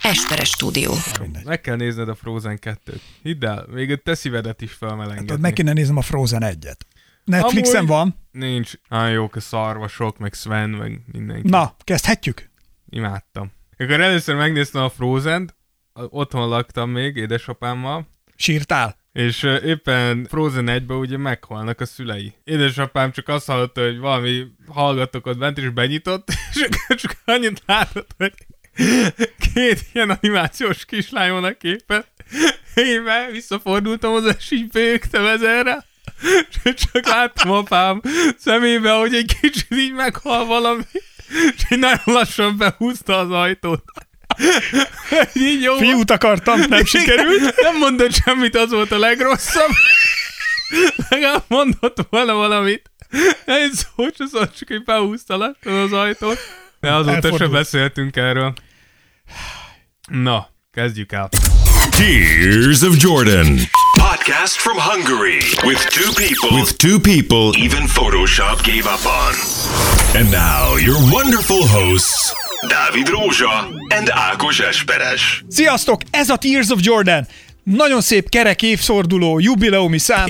Esperes stúdió. Meg kell nézned a Frozen 2-t. Hidd el, még a te szívedet is felmelengedni. Hát, meg kéne néznem a Frozen 1-et. Netflixen amúgy van. Nincs. Olyan jók a szarvasok, meg Sven, meg mindenki. Na, kezdhetjük? Imádtam. Akkor először megnéztem a Frozen-t, otthon laktam még édesapámmal. Sírtál? És éppen Frozen 1-ben ugye meghalnak a szülei. Édesapám csak azt hallotta, hogy valami hallgatók ott bent, és benyitott, és csak annyit látott, hogy két ilyen animációs kislány van a képen. Én visszafordultam hozzá, és így bőgtem ezerre. És csak láttam apám szemébe, hogy egy kicsit így meghal valami, és így nagyon lassan behúzta az ajtót. Így jó. Fiút akartam, nem sikerült. Nem mondott semmit, az volt a legrosszabb. Legalább mondott volna valamit. Egy szó, csak így behúzta lassan az ajtót. De azóta sem beszéltünk erről. Na, kezdjük el. Tears of Jordan. Podcast from Hungary with two people even Photoshop gave up on. And now your wonderful hosts, Dávid Rózsa and Ákos Esperes. Sziasztok, ez a Tears of Jordan. Nagyon szép kerek évforduló, jubileumi szám,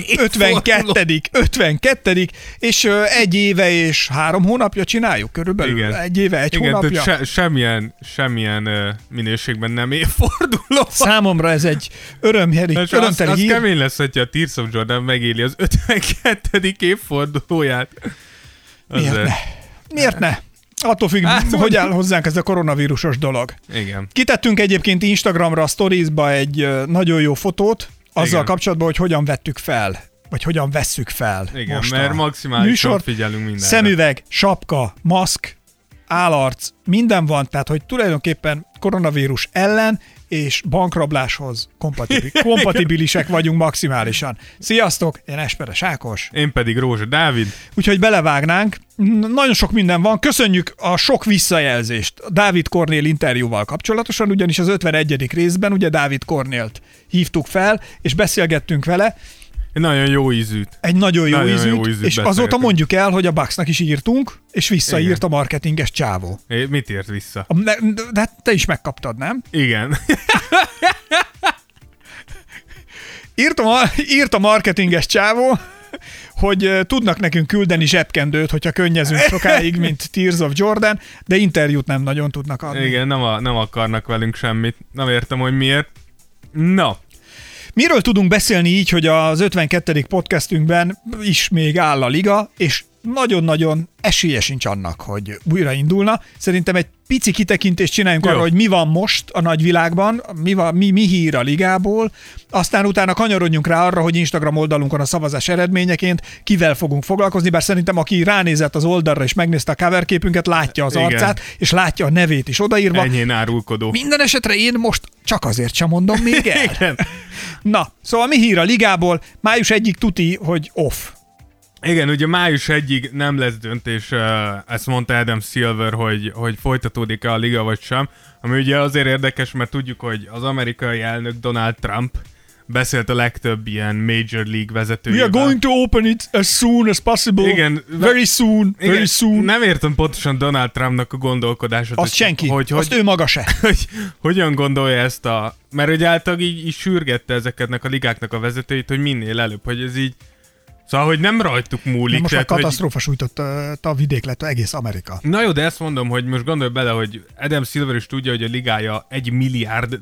52. És 1 éve és 3 hónapja csináljuk körülbelül. Igen. 1 éve, 1 hónapja. Semmilyen minőségben nem évforduló. Számomra ez egy örömteli az hír. kemény lesz, hogyha a Tears of Jordan megéli az 52. évfordulóját. Miért ne? Attól függ, hogy áll hozzánk ez a koronavírusos dolog. Igen. Kitettünk egyébként Instagramra a Storiesba egy nagyon jó fotót, azzal kapcsolatban, hogy hogyan vettük fel, vagy hogyan vesszük fel. Igen, most mert maximálisan figyelünk mindenre. Szemüveg, sapka, maszk, állarc, minden van, tehát hogy tulajdonképpen koronavírus ellen és bankrabláshoz kompatibilisek vagyunk maximálisan. Sziasztok, én Esperes Ákos. Én pedig Rózsa Dávid. Úgyhogy belevágnánk. Nagyon sok minden van. Köszönjük a sok visszajelzést Dávid Kornél interjúval kapcsolatosan, ugyanis az 51. részben ugye Dávid Kornélt hívtuk fel, és beszélgettünk vele. Egy nagyon jó ízűt. Egy nagyon jó ízűt, és azóta mondjuk el, hogy a Bucksnak is írtunk, és visszaírt a marketinges csávó. Mit írt vissza? De te is megkaptad, nem? Igen. Írt a marketinges csávó, hogy tudnak nekünk küldeni zsebkendőt, hogyha könnyezünk sokáig, mint Tears of Jordan, de interjút nem nagyon tudnak adni. Igen, nem akarnak velünk semmit. Nem értem, hogy miért. Na. Miről tudunk beszélni így, hogy az 52. podcastünkben is még áll a liga, és nagyon-nagyon esélye sincs annak, hogy újraindulna. Szerintem egy pici kitekintést csináljunk arra, hogy mi van most a nagyvilágban, mi hír a ligából, aztán utána kanyarodjunk rá arra, hogy Instagram oldalunkon a szavazás eredményeként kivel fogunk foglalkozni, bár szerintem aki ránézett az oldalra és megnézte a coverképünket, látja az arcát, és látja a nevét is odaírva. Enyhén árulkodó. Minden esetre én most csak azért sem mondom még el. Igen. Na, szóval mi hír a ligából? Május 1-ig tuti, hogy off. Igen, ugye május 1-ig nem lesz döntés, ezt mondta Adam Silver, hogy folytatódik-e a liga vagy sem, ami ugye azért érdekes, mert tudjuk, hogy az amerikai elnök Donald Trump beszélt a legtöbb ilyen Major League vezetőjével. We are going to open it as soon as possible. Igen. Very soon. Nem értem pontosan Donald Trumpnak a gondolkodását. Azt senki. Azt ő maga se. Hogyan gondolja ezt mert ugye általában így sürgette ezeknek a ligáknak a vezetőit, hogy minél előbb, hogy ez így. Szóval, hogy nem rajtuk múlik. Most már katasztrófa sújtotta a vidéklet, egész Amerika. Na jó, de ezt mondom, hogy most gondolj bele, hogy Adam Silver is tudja, hogy a ligája $1 milliárd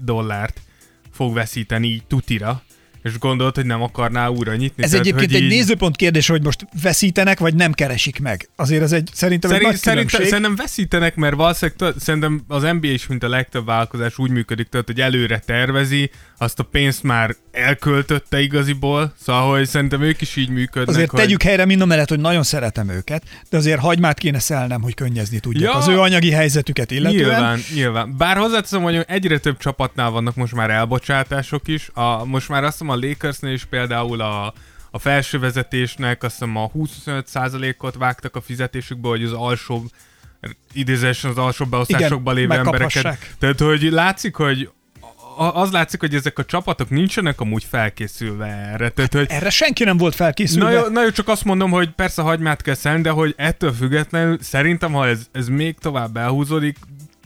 fog veszíteni így tutira, és gondolt, hogy nem akarná újra nyitni. Ez tehát, egyébként egy nézőpont kérdés, hogy most veszítenek, vagy nem keresik meg. Azért ez szerintem egy nagy különbség. Szerintem veszítenek, mert valószínűleg szerintem az NBA is, mint a legtöbb vállalkozás úgy működik, tehát, hogy előre tervezi, azt a pénzt már elköltötte igaziból, szóval hogy szerintem ők is így működnek. Azért tegyük helyre mindamellett, hogy nagyon szeretem őket, de azért hagymát kéne szelnem, hogy könnyezni tudják az ő anyagi helyzetüket illetően. Nyilván. Bár hozzáteszem, hogy egyre több csapatnál vannak most már elbocsátások is. Most már azt hiszem a Lakersnél is például a felső vezetésnek azt hiszem a 25%-ot vágtak a fizetésükből, hogy az alsó idézésen az alsó beosztásokban lévő embereket. Tehát, hogy látszik, hogy az látszik, hogy ezek a csapatok nincsenek amúgy felkészülve erre. Tehát, hogy erre senki nem volt felkészülve. Na jó, csak azt mondom, hogy persze hagymát kell szelni, de hogy ettől függetlenül szerintem, ha ez még tovább elhúzódik,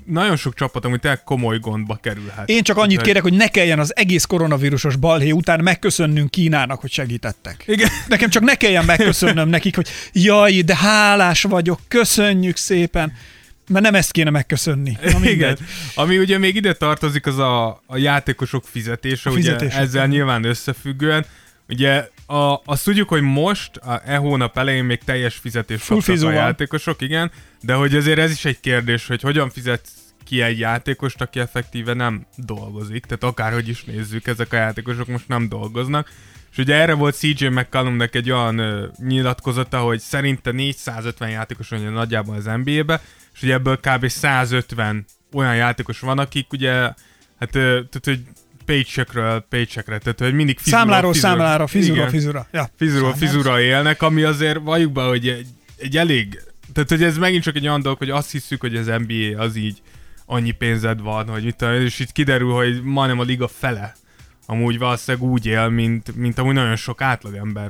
nagyon sok csapat, ami tényleg komoly gondba kerülhet. Én csak annyit kérek, hogy ne kelljen az egész koronavírusos balhé után megköszönnünk Kínának, hogy segítettek. Igen. Nekem csak ne kelljen megköszönnöm nekik, hogy jaj, de hálás vagyok, köszönjük szépen. Mert nem ezt kéne megköszönni. Igen. Ami ugye még ide tartozik, az a játékosok fizetése, ugye ezzel nyilván összefüggően. Ugye azt tudjuk, hogy most, hónap elején még teljes fizetést kaptak a játékosok, igen, de hogy azért ez is egy kérdés, hogy hogyan fizetsz ki egy játékost, aki effektíve nem dolgozik, tehát akárhogy is nézzük, ezek a játékosok most nem dolgoznak. És ugye erre volt CJ McCollumnak egy olyan nyilatkozata, hogy szerinte 450 játékos van nagyjából az NBA-be, és ugye ebből kb. 150 olyan játékos van, akik ugye, hát tehát, hogy paycheckre, tehát hogy mindig számlára, fizura. Ja. Fizura élnek, ami azért valljuk be, hogy egy elég, tehát hogy ez megint csak egy olyan dolog, hogy azt hiszük, hogy az NBA az így annyi pénzed van, hogy és itt kiderül, hogy majdnem a liga fele amúgy valószínűleg úgy él, mint amúgy nagyon sok átlagember,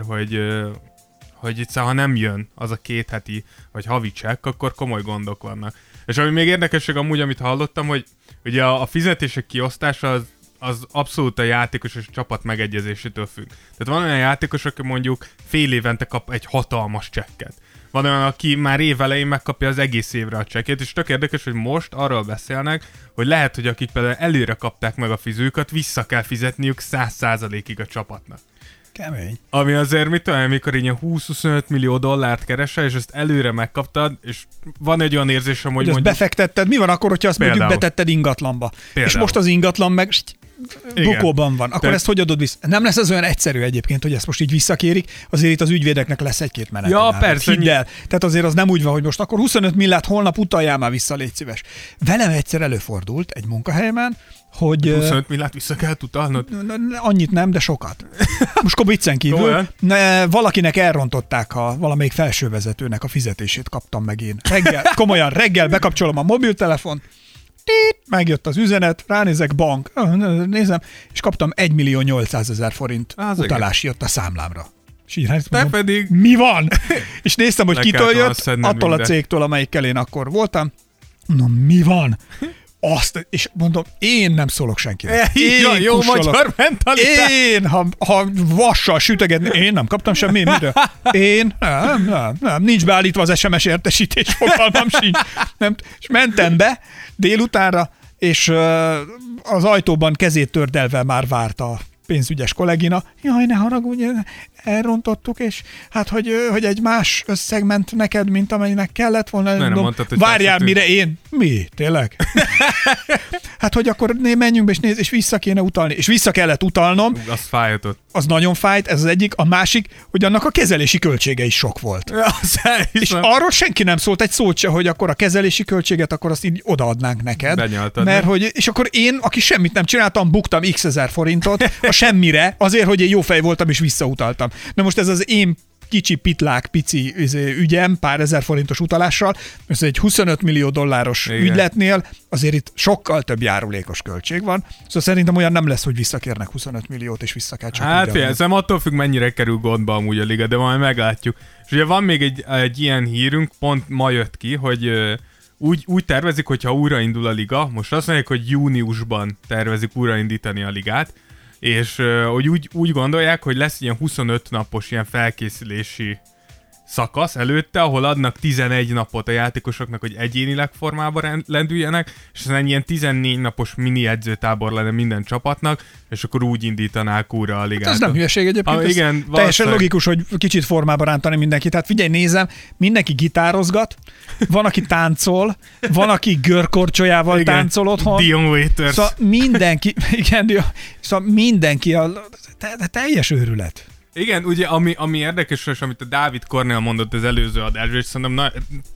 hogy itt ha nem jön az a 2 heti vagy havi csekk, akkor komoly gondok vannak. És ami még érdekesség amúgy, amit hallottam, hogy ugye a fizetések kiosztása az abszolút a játékos és a csapat megegyezésétől függ. Tehát van olyan játékos, aki mondjuk fél évente kap egy hatalmas csekket. Van olyan, aki már év elején megkapja az egész évre a csekkét, és tök érdekes, hogy most arról beszélnek, hogy lehet, hogy akik például előre kapták meg a fizőket, vissza kell fizetniük 100%-ig a csapatnak. Kemény. Ami azért mit tudom, amikor ilyen 20-25 millió dollárt keresel, és ezt előre megkaptad, és van egy olyan érzésem, hogy mondjuk... befektetted, mi van akkor, hogyha azt mondjuk betetted ingatlanba? Például. És most az ingatlan meg bukóban van. Akkor ezt hogy adod vissza? Nem lesz ez olyan egyszerű egyébként, hogy ezt most így visszakérik, azért itt az ügyvédeknek lesz egy-két menet. Ja, persze. Hidd el. Tehát azért az nem úgy van, hogy most akkor 25 milliárd holnap utaljál már vissza, légy szíves. Velem egyszer előfordult egy munkahelyemen, hogy... 25 milliárd vissza kell utalnod? Annyit nem, de sokat. Most viccen kívül. Valakinek elrontották valamelyik felsővezetőnek a fizetését, kaptam meg én. Komolyan reggel bekapcsolom a mobiltelefont, megjött az üzenet, ránézek, bank, nézem, és kaptam 1.800.000 forint utalás jött a számlámra. És így mondom, pedig... mi van? És néztem, hogy kitől jött, attól a cégtől, amelyikkel én akkor voltam. Mondom, mi van? Azt, és mondom, én nem szólok senkinek. Jó magyar mentalitás. Én, ha vassal sütegetni, én nem kaptam semmi, miről. Én, nem, nincs beállítva az SMS értesítés, fogalmam sincs. Nem, és mentem be délutánra, és az ajtóban kezét tördelve már várt a pénzügyes kollégina. Jaj, ne haragudj, elrontottuk, és hát, hogy egy más összeg ment neked, mint amelynek kellett volna. Nem mondtad, hogy várjál, mire én? Mi? Tényleg? Hát, hogy akkor menjünk be, és nézd, és vissza kéne utalni. És vissza kellett utalnom. Az fájtott. Az nagyon fájt, ez az egyik. A másik, hogy annak a kezelési költsége is sok volt. És arról senki nem szólt egy szót se, hogy akkor a kezelési költséget, akkor azt így odaadnánk neked. Benyaltad. Mert hogy, és akkor én, aki semmit nem csináltam, buktam x ezer forintot a semmire, azért, hogy én jó fej voltam, és visszautaltam. Na most ez az én kicsi pitlák, pici ügyem, pár ezer forintos utalással, ez egy 25 millió dolláros ügyletnél, azért itt sokkal több járulékos költség van, szóval szerintem olyan nem lesz, hogy visszakérnek 25 milliót, és vissza kell csak. Hát ez attól függ, mennyire kerül gondba amúgy a liga, de majd meglátjuk. És ugye van még egy ilyen hírünk, pont ma jött ki, hogy úgy tervezik, hogyha újraindul a liga, most azt mondják, hogy júniusban tervezik újraindítani a ligát, és hogy úgy gondolják, hogy lesz ilyen 25 napos ilyen felkészülési szakasz előtte, ahol adnak 11 napot a játékosoknak, hogy egyénileg formába lendüljenek, és aztán ilyen 14 napos mini edzőtábor lenne minden csapatnak, és akkor úgy indítanák újra a ligát. Hát ez nem hülyeség egyébként, igen, teljesen logikus, hogy kicsit formába rántani mindenkit. Hát figyelj, nézem, mindenki gitározgat, van, aki táncol, van, aki görkorcsolyával táncol otthon. Dion Waiters. Szóval mindenki, szóval mindenki teljes őrület. Igen, ugye, ami érdekes, és amit a Dávid Kornél mondott az előző adásban, és szerintem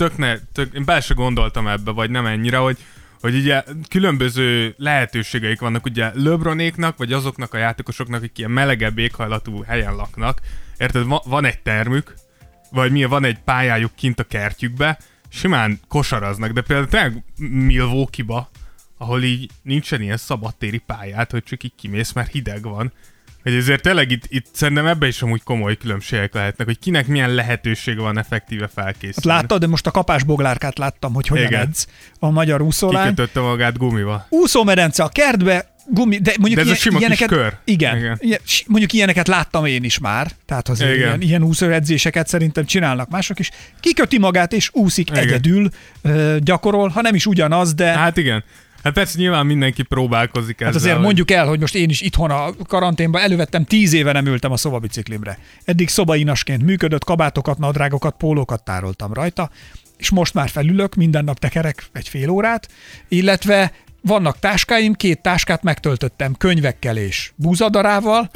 én bele se gondoltam ebbe, vagy nem ennyire, hogy ugye különböző lehetőségeik vannak ugye LeBronéknak, vagy azoknak a játékosoknak, akik ilyen melegebb éghajlatú helyen laknak. Érted, van egy termük, vagy van egy pályájuk kint a kertjükbe, simán kosaraznak, de például tényleg Milwaukee-ba, ahol így nincsen ilyen szabadtéri pályát, hogy csak így kimész, mert hideg van, Hogy ezért tényleg itt szerintem ebben is amúgy komoly különbségek lehetnek, hogy kinek milyen lehetősége van effektíve felkészülni. Hát láttad, de most a kapásboglárkát láttam, hogy hogyan edz a magyar úszólány. Kikötötte magát gumival. Úszómedence a kertbe, gumi, de mondjuk de ez a sima ilyeneket, kis kör. Igen. Mondjuk ilyeneket láttam én is már, tehát azért ilyen úszóedzéseket szerintem csinálnak mások is. Kiköti magát és úszik egyedül, gyakorol, ha nem is ugyanaz, de... Hát igen. Hát persze nyilván mindenki próbálkozik ezzel. Hát azért mondjuk el, hogy most én is itthon a karanténban elővettem, 10 éve nem ültem a szobabiciklimre. Eddig szobainasként működött, kabátokat, nadrágokat, pólókat tároltam rajta, és most már felülök, minden nap tekerek egy fél órát, illetve vannak táskáim, 2 táskát megtöltöttem könyvekkel és búzadarával,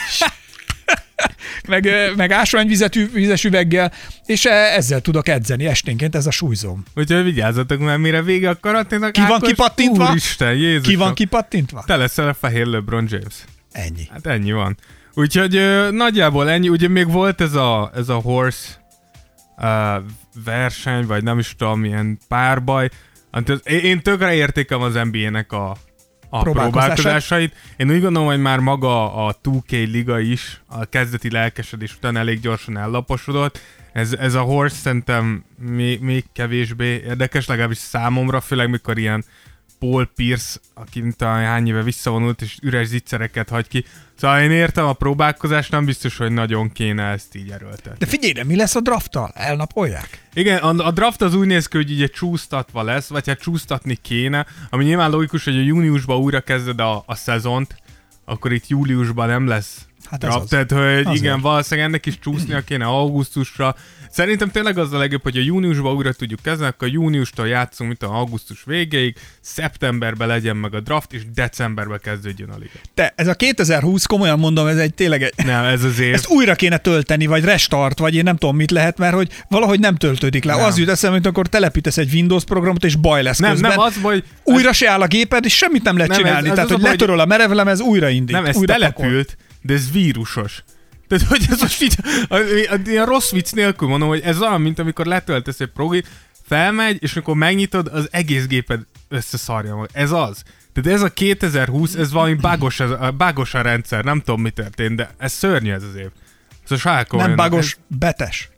meg ásványvizes üveggel, és ezzel tudok edzeni esténként, ez a súlyzóm. Úgyhogy vigyázzatok, mert mire vége a karanténnak, ki van kipattintva? Úristen, Jézusom. Ki van kipattintva? Te leszel a fehér LeBron James. Ennyi. Hát ennyi van. Úgyhogy nagyjából ennyi. Ugye még volt ez a horse verseny, vagy nem is tudom, milyen párbaj. Én tökre értékem az NBA-nek a próbálkozásait. Én úgy gondolom, hogy már maga a 2K liga is a kezdeti lelkesedés után elég gyorsan ellaposodott. Ez a horse szerintem még kevésbé érdekes, legalábbis számomra, főleg mikor ilyen Paul Pierce, aki hány éve visszavonult, és üres zicsereket hagy ki. Szóval én értem a próbálkozást, nem biztos, hogy nagyon kéne ezt így erőltetni. De figyelj, de mi lesz a drafttal? Elnapolják? Igen, a draft az úgy néz ki, hogy ugye csúsztatva lesz, vagy hát csúsztatni kéne, ami nyilván logikus, hogy a júniusban újra kezded a szezont, akkor itt júliusban nem lesz draft. Tehát, hogy igen, valószínűleg ennek is csúsznia kéne augusztusra. Szerintem tényleg az a legjobb, hogy a júniusban újra tudjuk kezdeni, akkor júniustól játszunk, mint a augusztus végéig, szeptemberben legyen meg a draft, és decemberben kezdődjön a liga. Te, ez a 2020, komolyan mondom, ez tényleg egy... Nem, ez az év. Ezt újra kéne tölteni, vagy restart, vagy én nem tudom, mit lehet, mert hogy valahogy nem töltődik le. Nem. Az jut eszembe, hogy akkor telepítesz egy Windows programot, és baj lesz közben. Nem, az, hogy... Újra se áll a géped, és semmit nem lehet csinálni. Tehát, hogy letöröl a merevlemez, újraindít. Nem, ez települt, de ez vírusos. Tehát, hogy ez most így, ilyen rossz vicc nélkül mondom, hogy ez olyan, mint amikor letöltesz egy programot, felmegy, és amikor megnyitod, az egész géped összeszarja mag. Ez az. Tehát ez a 2020, ez valami bugos a rendszer, nem tudom, mi történt, de ez szörnyű ez az év. Szóval nem bugos, betes.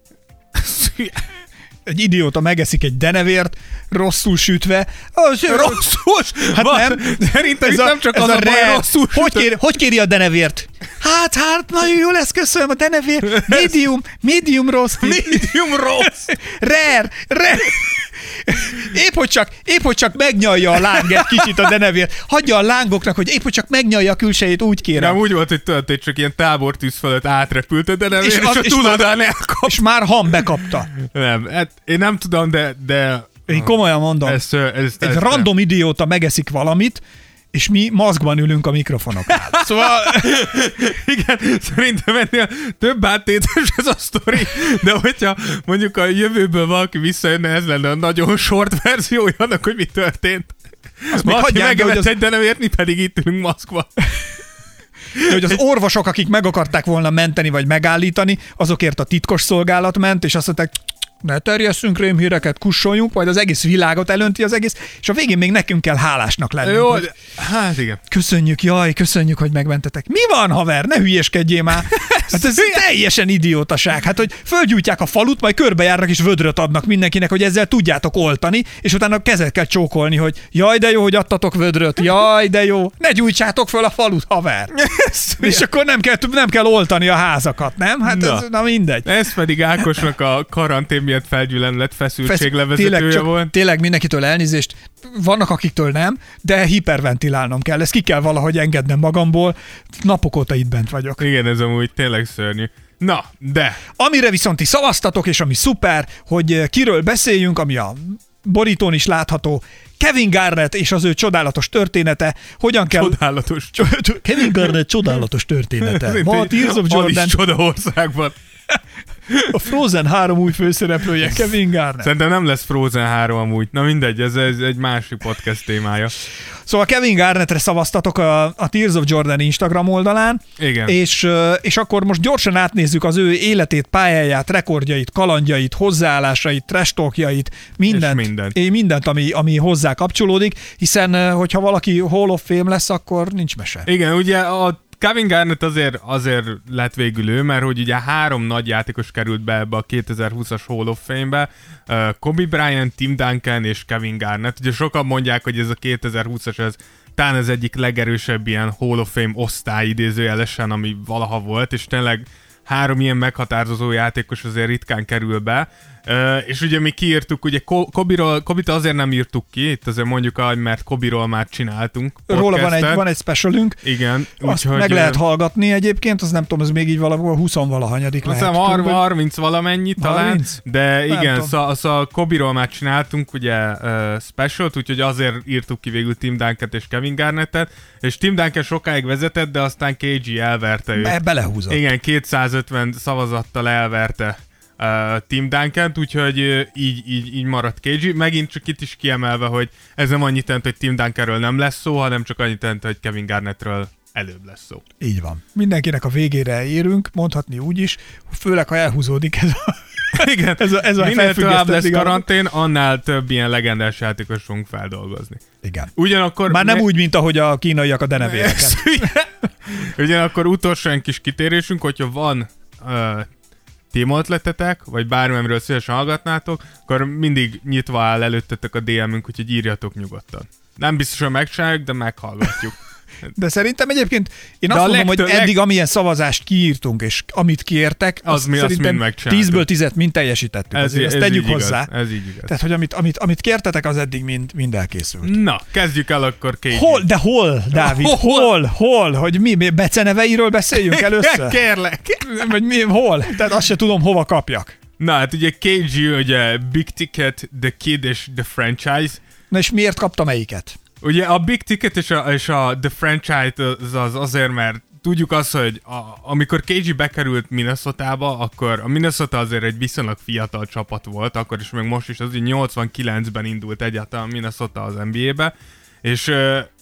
Egy idióta megeszik egy denevért, rosszul sütve. Rosszul? Hát nem. Szerintem nem csak az a baj, rosszul hogy kéri a denevért? Hát, nagyon jó lesz, köszönöm a denevér. Medium rossz. Medium rossz. Rare. Épp hogy csak megnyalja a láng egy kicsit a denevért. Hagyja a lángoknak, hogy épp hogy csak megnyalja a külsejét, úgy kérem. Nem úgy volt, hogy történt, csak ilyen tábortűz fölött átrepült a denevér, és a túloldalán elkap. És már ham bekapta. Nem, hát én nem tudom, de én komolyan mondom. Egy random idióta megeszik valamit, és mi maszkban ülünk a mikrofonoknál. Szóval igen, szerintem ennél több áttétes ez a sztori, de hogyha mondjuk a jövőből valaki visszajönne, ez lenne a nagyon short verziója annak, hogy mi történt. Valaki megevett egy denevért, mi pedig itt ülünk maszkban. De hogy az orvosok, akik meg akarták volna menteni vagy megállítani, azokért a titkos szolgálat ment, és azt mondták, ne terjesszünk rémhíreket, kussoljunk, majd az egész világot elönti az egész, és a végén még nekünk kell hálásnak lennünk. Jó, hát igen. Köszönjük, hogy megmentetek. Mi van, haver? Ne hülyeskedjél már. Hát ez teljesen idiótaság. Hát, hogy fölgyújtják a falut, majd körbejárnak és vödröt adnak mindenkinek, hogy ezzel tudjátok oltani, és utána kezet kell csókolni, hogy jaj, de jó, hogy adtatok vödröt, jaj, de jó. Ne gyújtsátok föl a falut, haver. És akkor nem kell oltani a házakat, nem? Hát na mindegy. Ez pedig Ákosnak a karantén miatt felgyűlölet feszültséglevezetője volt. Tényleg mindenkitől elnézést, vannak akiktől nem, de hiperventilálnom kell. Ezt ki kell valahogy engednem magamból. Napok óta itt bent vagyok. Igen, ez amúgy tényleg szörnyű. Na, de... Amire viszont ti szavaztatok, és ami szuper, hogy kiről beszéljünk, ami a borítón is látható, Kevin Garnett és az ő csodálatos története, hogyan kell... Csodálatos. Kevin Garnett csodálatos története. Ma a Tears of Jordan... Alice Csodaországban. A Frozen 3 új főszereplője, Kevin Garnett. Szerintem nem lesz Frozen 3 amúgy. Na mindegy, ez egy másik podcast témája. Szóval Kevin Garnettre szavaztatok a Tears of Jordan Instagram oldalán. Igen. És akkor most gyorsan átnézzük az ő életét, pályáját, rekordjait, kalandjait, hozzáállásait, trash talkjait, mindent, ami hozzá kapcsolódik, hiszen hogyha valaki Hall of Fame lesz, akkor nincs mese. Igen, ugye a Kevin Garnett azért lett végül ő, mert hogy ugye 3 nagy játékos került be ebbe a 2020-as Hall of Fame-be, Kobe Bryant, Tim Duncan és Kevin Garnett. Ugye sokan mondják, hogy ez a 2020-as, ez talán az egyik legerősebb ilyen Hall of Fame osztály idézőjelesen, ami valaha volt, és tényleg 3 ilyen meghatározó játékos azért ritkán kerül be. És ugye mi kiírtuk, ugye Kobe-t azért nem írtuk ki, itt azért mondjuk, mert Kobe-ról már csináltunk podcastet. Róla van egy specialünk. Igen. Azt meg lehet hallgatni egyébként, az nem tudom, ez még így valahol 20-valahanyadik lehet. Azt hiszem 30 valamennyi talán, 30? De igen, szóval Kobe-ról már csináltunk ugye specialt, úgyhogy azért írtuk ki végül Tim Duncant és Kevin Garnettet, és Tim Duncan sokáig vezetett, de aztán KG elverte őt. Belehúzott. Igen, 250 szavazattal elverte Tim Duncant, úgyhogy így maradt KG. Megint csak itt is kiemelve, hogy ez nem annyit jelent, hogy Tim Duncanről nem lesz szó, hanem csak annyit jelent, hogy Kevin Garnettről előbb lesz szó. Így van. Mindenkinek a végére érünk, mondhatni úgy is, főleg ha elhúzódik ez a igen, ez a minél tovább lesz karantén, annál több ilyen legendás játékos fogunk feldolgozni. Igen. Ugyanakkor már nem úgy, mint ahogy a kínaiak a denevéreket. Ugyanakkor utolsó kis kitérésünk, hogyha van témaötletetek, vagy bármilyenről szívesen hallgatnátok, akkor mindig nyitva áll előttetek a DM-ünk, úgyhogy írjatok nyugodtan. Nem biztos, hogy megcsináljuk, de meghallgatjuk. De szerintem egyébként én azt mondom, hogy eddig amilyen szavazást kiírtunk, és amit kértek, szerintem 10-ből 10-et mind teljesítettük. Ezt tegyük hozzá. Igaz, ez így igaz. Tehát, hogy amit kértetek, az eddig mind elkészült. Na, kezdjük el akkor KG. Hol, Dávid? Hol? Hogy mi beceneveiről beszéljünk először? Kérlek. Vagy hol? Tehát azt se tudom, hova kapjak. Na, hát ugye KG, ugye Big Ticket, The Kid és The Franchise. Na és miért kapta melyiket? Ugye a Big Ticket és a The Franchise az azért, mert tudjuk azt, hogy amikor KG bekerült Minnesotába, akkor a Minnesota azért egy viszonylag fiatal csapat volt, akkor is, meg most is, az 89-ben indult egyáltalán Minnesota az NBA-be, és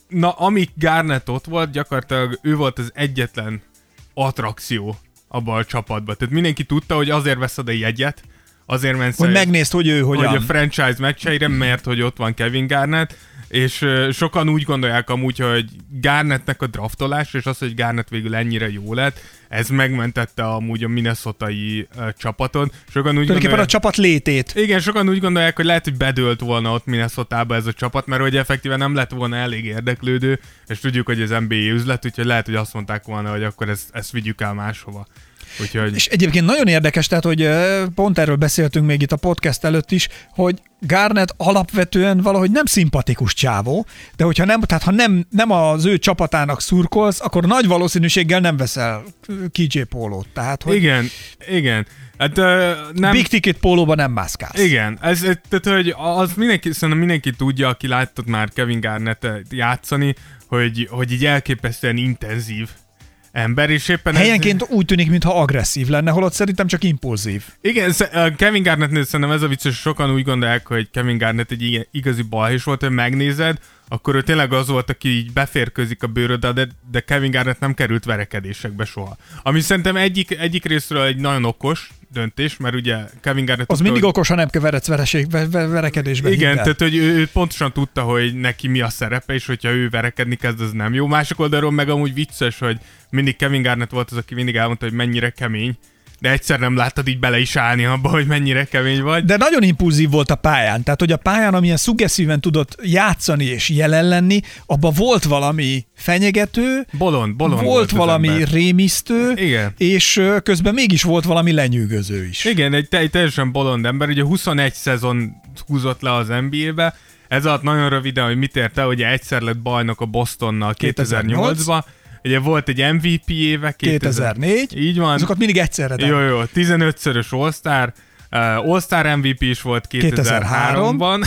amíg Garnett ott volt, gyakorlatilag ő volt az egyetlen attrakció abban a csapatban. Tehát mindenki tudta, hogy azért vesz oda jegyet, azért mensz, hogy megnézd, hogy ő hogyan. Hogy a franchise meccseire, mert hogy ott van Kevin Garnett, és sokan úgy gondolják amúgy, hogy Garnettnek a draftolás, és az, hogy Garnett végül ennyire jó lett, ez megmentette amúgy a minnesotai csapaton. Tulajdonképpen a csapat létét. Igen, sokan úgy gondolják, hogy lehet, hogy bedőlt volna ott Minnesotába ez a csapat, mert hogy effektíven nem lett volna elég érdeklődő, és tudjuk, hogy ez NBA üzlet, úgyhogy lehet, hogy azt mondták volna, hogy akkor ezt vigyük el máshova. Úgyhogy... És egyébként nagyon érdekes, tehát, hogy pont erről beszéltünk még itt a podcast előtt is, hogy Garnett alapvetően valahogy nem szimpatikus csávó, de hogyha ha nem az ő csapatának szurkolsz, akkor nagy valószínűséggel nem veszel KJ pólót. Tehát, hogy igen. Hát, nem... Big Ticket pólóban nem mászkálsz. Igen, tehát, hogy az szerintem mindenki tudja, aki látott már Kevin Garnettet játszani, hogy így elképesztően intenzív ember, és éppen helyenként úgy tűnik, mintha agresszív lenne, holott szerintem csak impulzív. Igen, Kevin Garnettnél szerintem ez a vicces, sokan úgy gondolják, hogy Kevin Garnett egy igazi balhés volt, hogy megnézed, akkor ő tényleg az volt, aki így beférkőzik a bőröddel, de Kevin Garnett nem került verekedésekbe soha. Ami szerintem egyik részről egy nagyon okos döntés, mert ugye Kevin Garnett... Az mindig okos, ha nem keveredsz verekedésbe. Igen, tehát hogy ő pontosan tudta, hogy neki mi a szerepe, és hogyha ő verekedni kezd, az nem jó. Másik oldalról meg amúgy vicces, hogy mindig Kevin Garnett volt az, aki mindig elmondta, hogy mennyire kemény, de egyszer nem láttad így bele is állni abba, hogy mennyire kemény vagy. De nagyon impulzív volt a pályán. Tehát, hogy a pályán, amilyen szuggesszíven tudott játszani és jelen lenni, abban volt valami fenyegető, bolond volt valami rémisztő, igen. És közben mégis volt valami lenyűgöző is. Igen, egy teljesen bolond ember. Ugye 21 szezon húzott le az NBA-be. Ez alatt nagyon röviden, hogy mit ért el, ugye egyszer lett bajnok a Bostonnal 2008-ban. Ugye volt egy MVP éve, 2004. Így van. Azokat mindig egyszerre. Jó, 15-szörös All-Star. All-Star MVP is volt 2003-ban.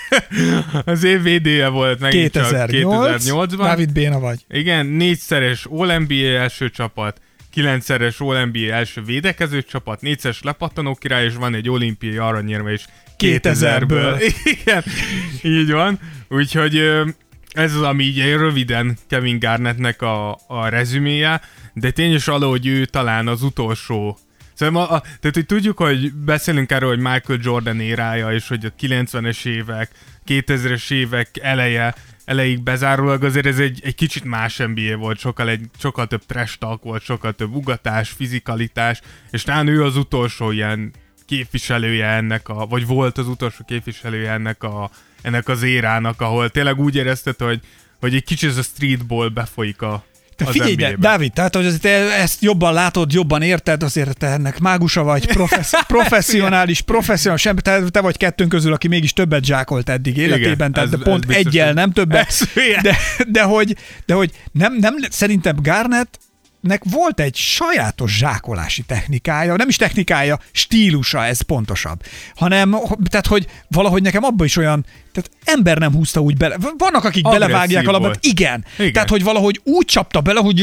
Az év védője volt megint 2008-ban. Dávid Béna vagy. Igen, 4-szeres All-NBA első csapat, 9-szeres All-NBA első védekező csapat, 4-szeres lepattanó király, és van egy olimpiai aranyérme is 2000-ből. Igen, így van. Úgyhogy... ez az, ami így röviden Kevin Garnettnek a rezüméje, de tényleg valahogy ő talán az utolsó. Szóval tehát, hogy tudjuk, hogy beszélünk erről, hogy Michael Jordan érája, és hogy a 90-es évek, 2000-es évek eleje elejéig bezárólag azért ez egy kicsit más NBA volt, sokkal több trash talk volt, sokkal több ugatás, fizikalitás, és talán ő az utolsó ilyen képviselője ennek vagy volt az utolsó képviselője ennek az érának, ahol tényleg úgy érezted, hogy egy kicsit ez a streetball befolyik te figyelj, de, Dávid, tehát hogy te ezt jobban látod, jobban érted, azért te ennek mágusa vagy, professzionális, te vagy kettőnk közül, aki mégis többet zsákolt eddig életében, tehát de pont egyel nem többet, de hogy nem, szerintem Garnettnek volt egy sajátos zsákolási technikája, nem is technikája, stílusa, ez pontosabb, hanem, tehát hogy valahogy nekem abban is olyan, tehát ember nem húzta úgy bele. Vannak, akik belevágják a labdát. Igen. Tehát, hogy valahogy úgy csapta bele, hogy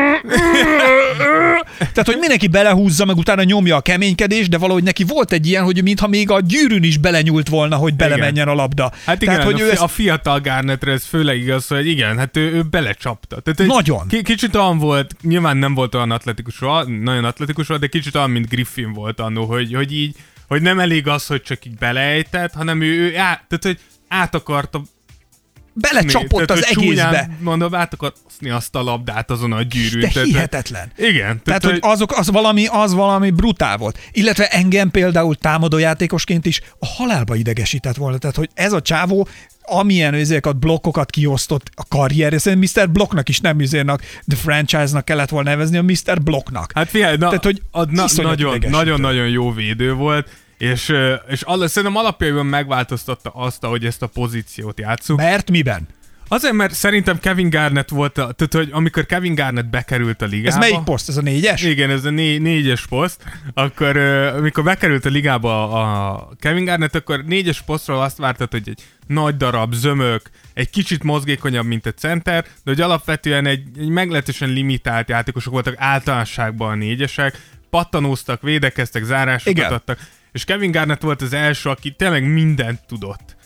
tehát, hogy mindenki belehúzza, meg utána nyomja a keménykedést, de valahogy neki volt egy ilyen, hogy mintha még a gyűrűn is belenyúlt volna, hogy belemenjen a labda. Hát igen, tehát, hogy a fiatal Garnettre ez főleg igaz, hogy igen, hát ő belecsapta. Tehát, nagyon. Kicsit olyan volt, nyilván nem volt olyan nagyon atletikus, de kicsit olyan, mint Griffin volt annó, hogy így, hogy nem elég az, hogy csak így beleejtett, hanem ő tehát, hogy át akarta belecsapott az egészbe. Mondom, át akart oszni azt a labdát azon a gyűrűn. De hihetetlen. Igen. Tehát, hogy az valami brutál volt. Illetve engem például támadójátékosként is a halálba idegesített volna. Tehát, hogy ez a csávó amilyen ezeket blokkokat kiosztott a karrierje, szerintem Mr. Blocknak is nem üzérnek, The Franchise-nak kellett volna nevezni, a Mr. Blocknak. Hát figyelj, tehát, hogy nagyon-nagyon jó védő volt, és szerintem alapjában megváltoztatta azt, ahogy ezt a pozíciót játsszuk. Mert miben? Azért, mert szerintem Kevin Garnett volt, tehát hogy amikor Kevin Garnett bekerült a ligába... Ez melyik poszt? Ez a 4-es? Igen, ez a 4-es poszt. Akkor, amikor bekerült a ligába a Kevin Garnett, akkor 4-es posztról azt vártad, hogy egy nagy darab, zömök, egy kicsit mozgékonyabb, mint egy center, de hogy alapvetően egy meglehetősen limitált játékosok voltak általánosságban a 4-esek, pattanóztak, védekeztek, zárásokat adtak, és Kevin Garnett volt az első, aki tényleg mindent tudott.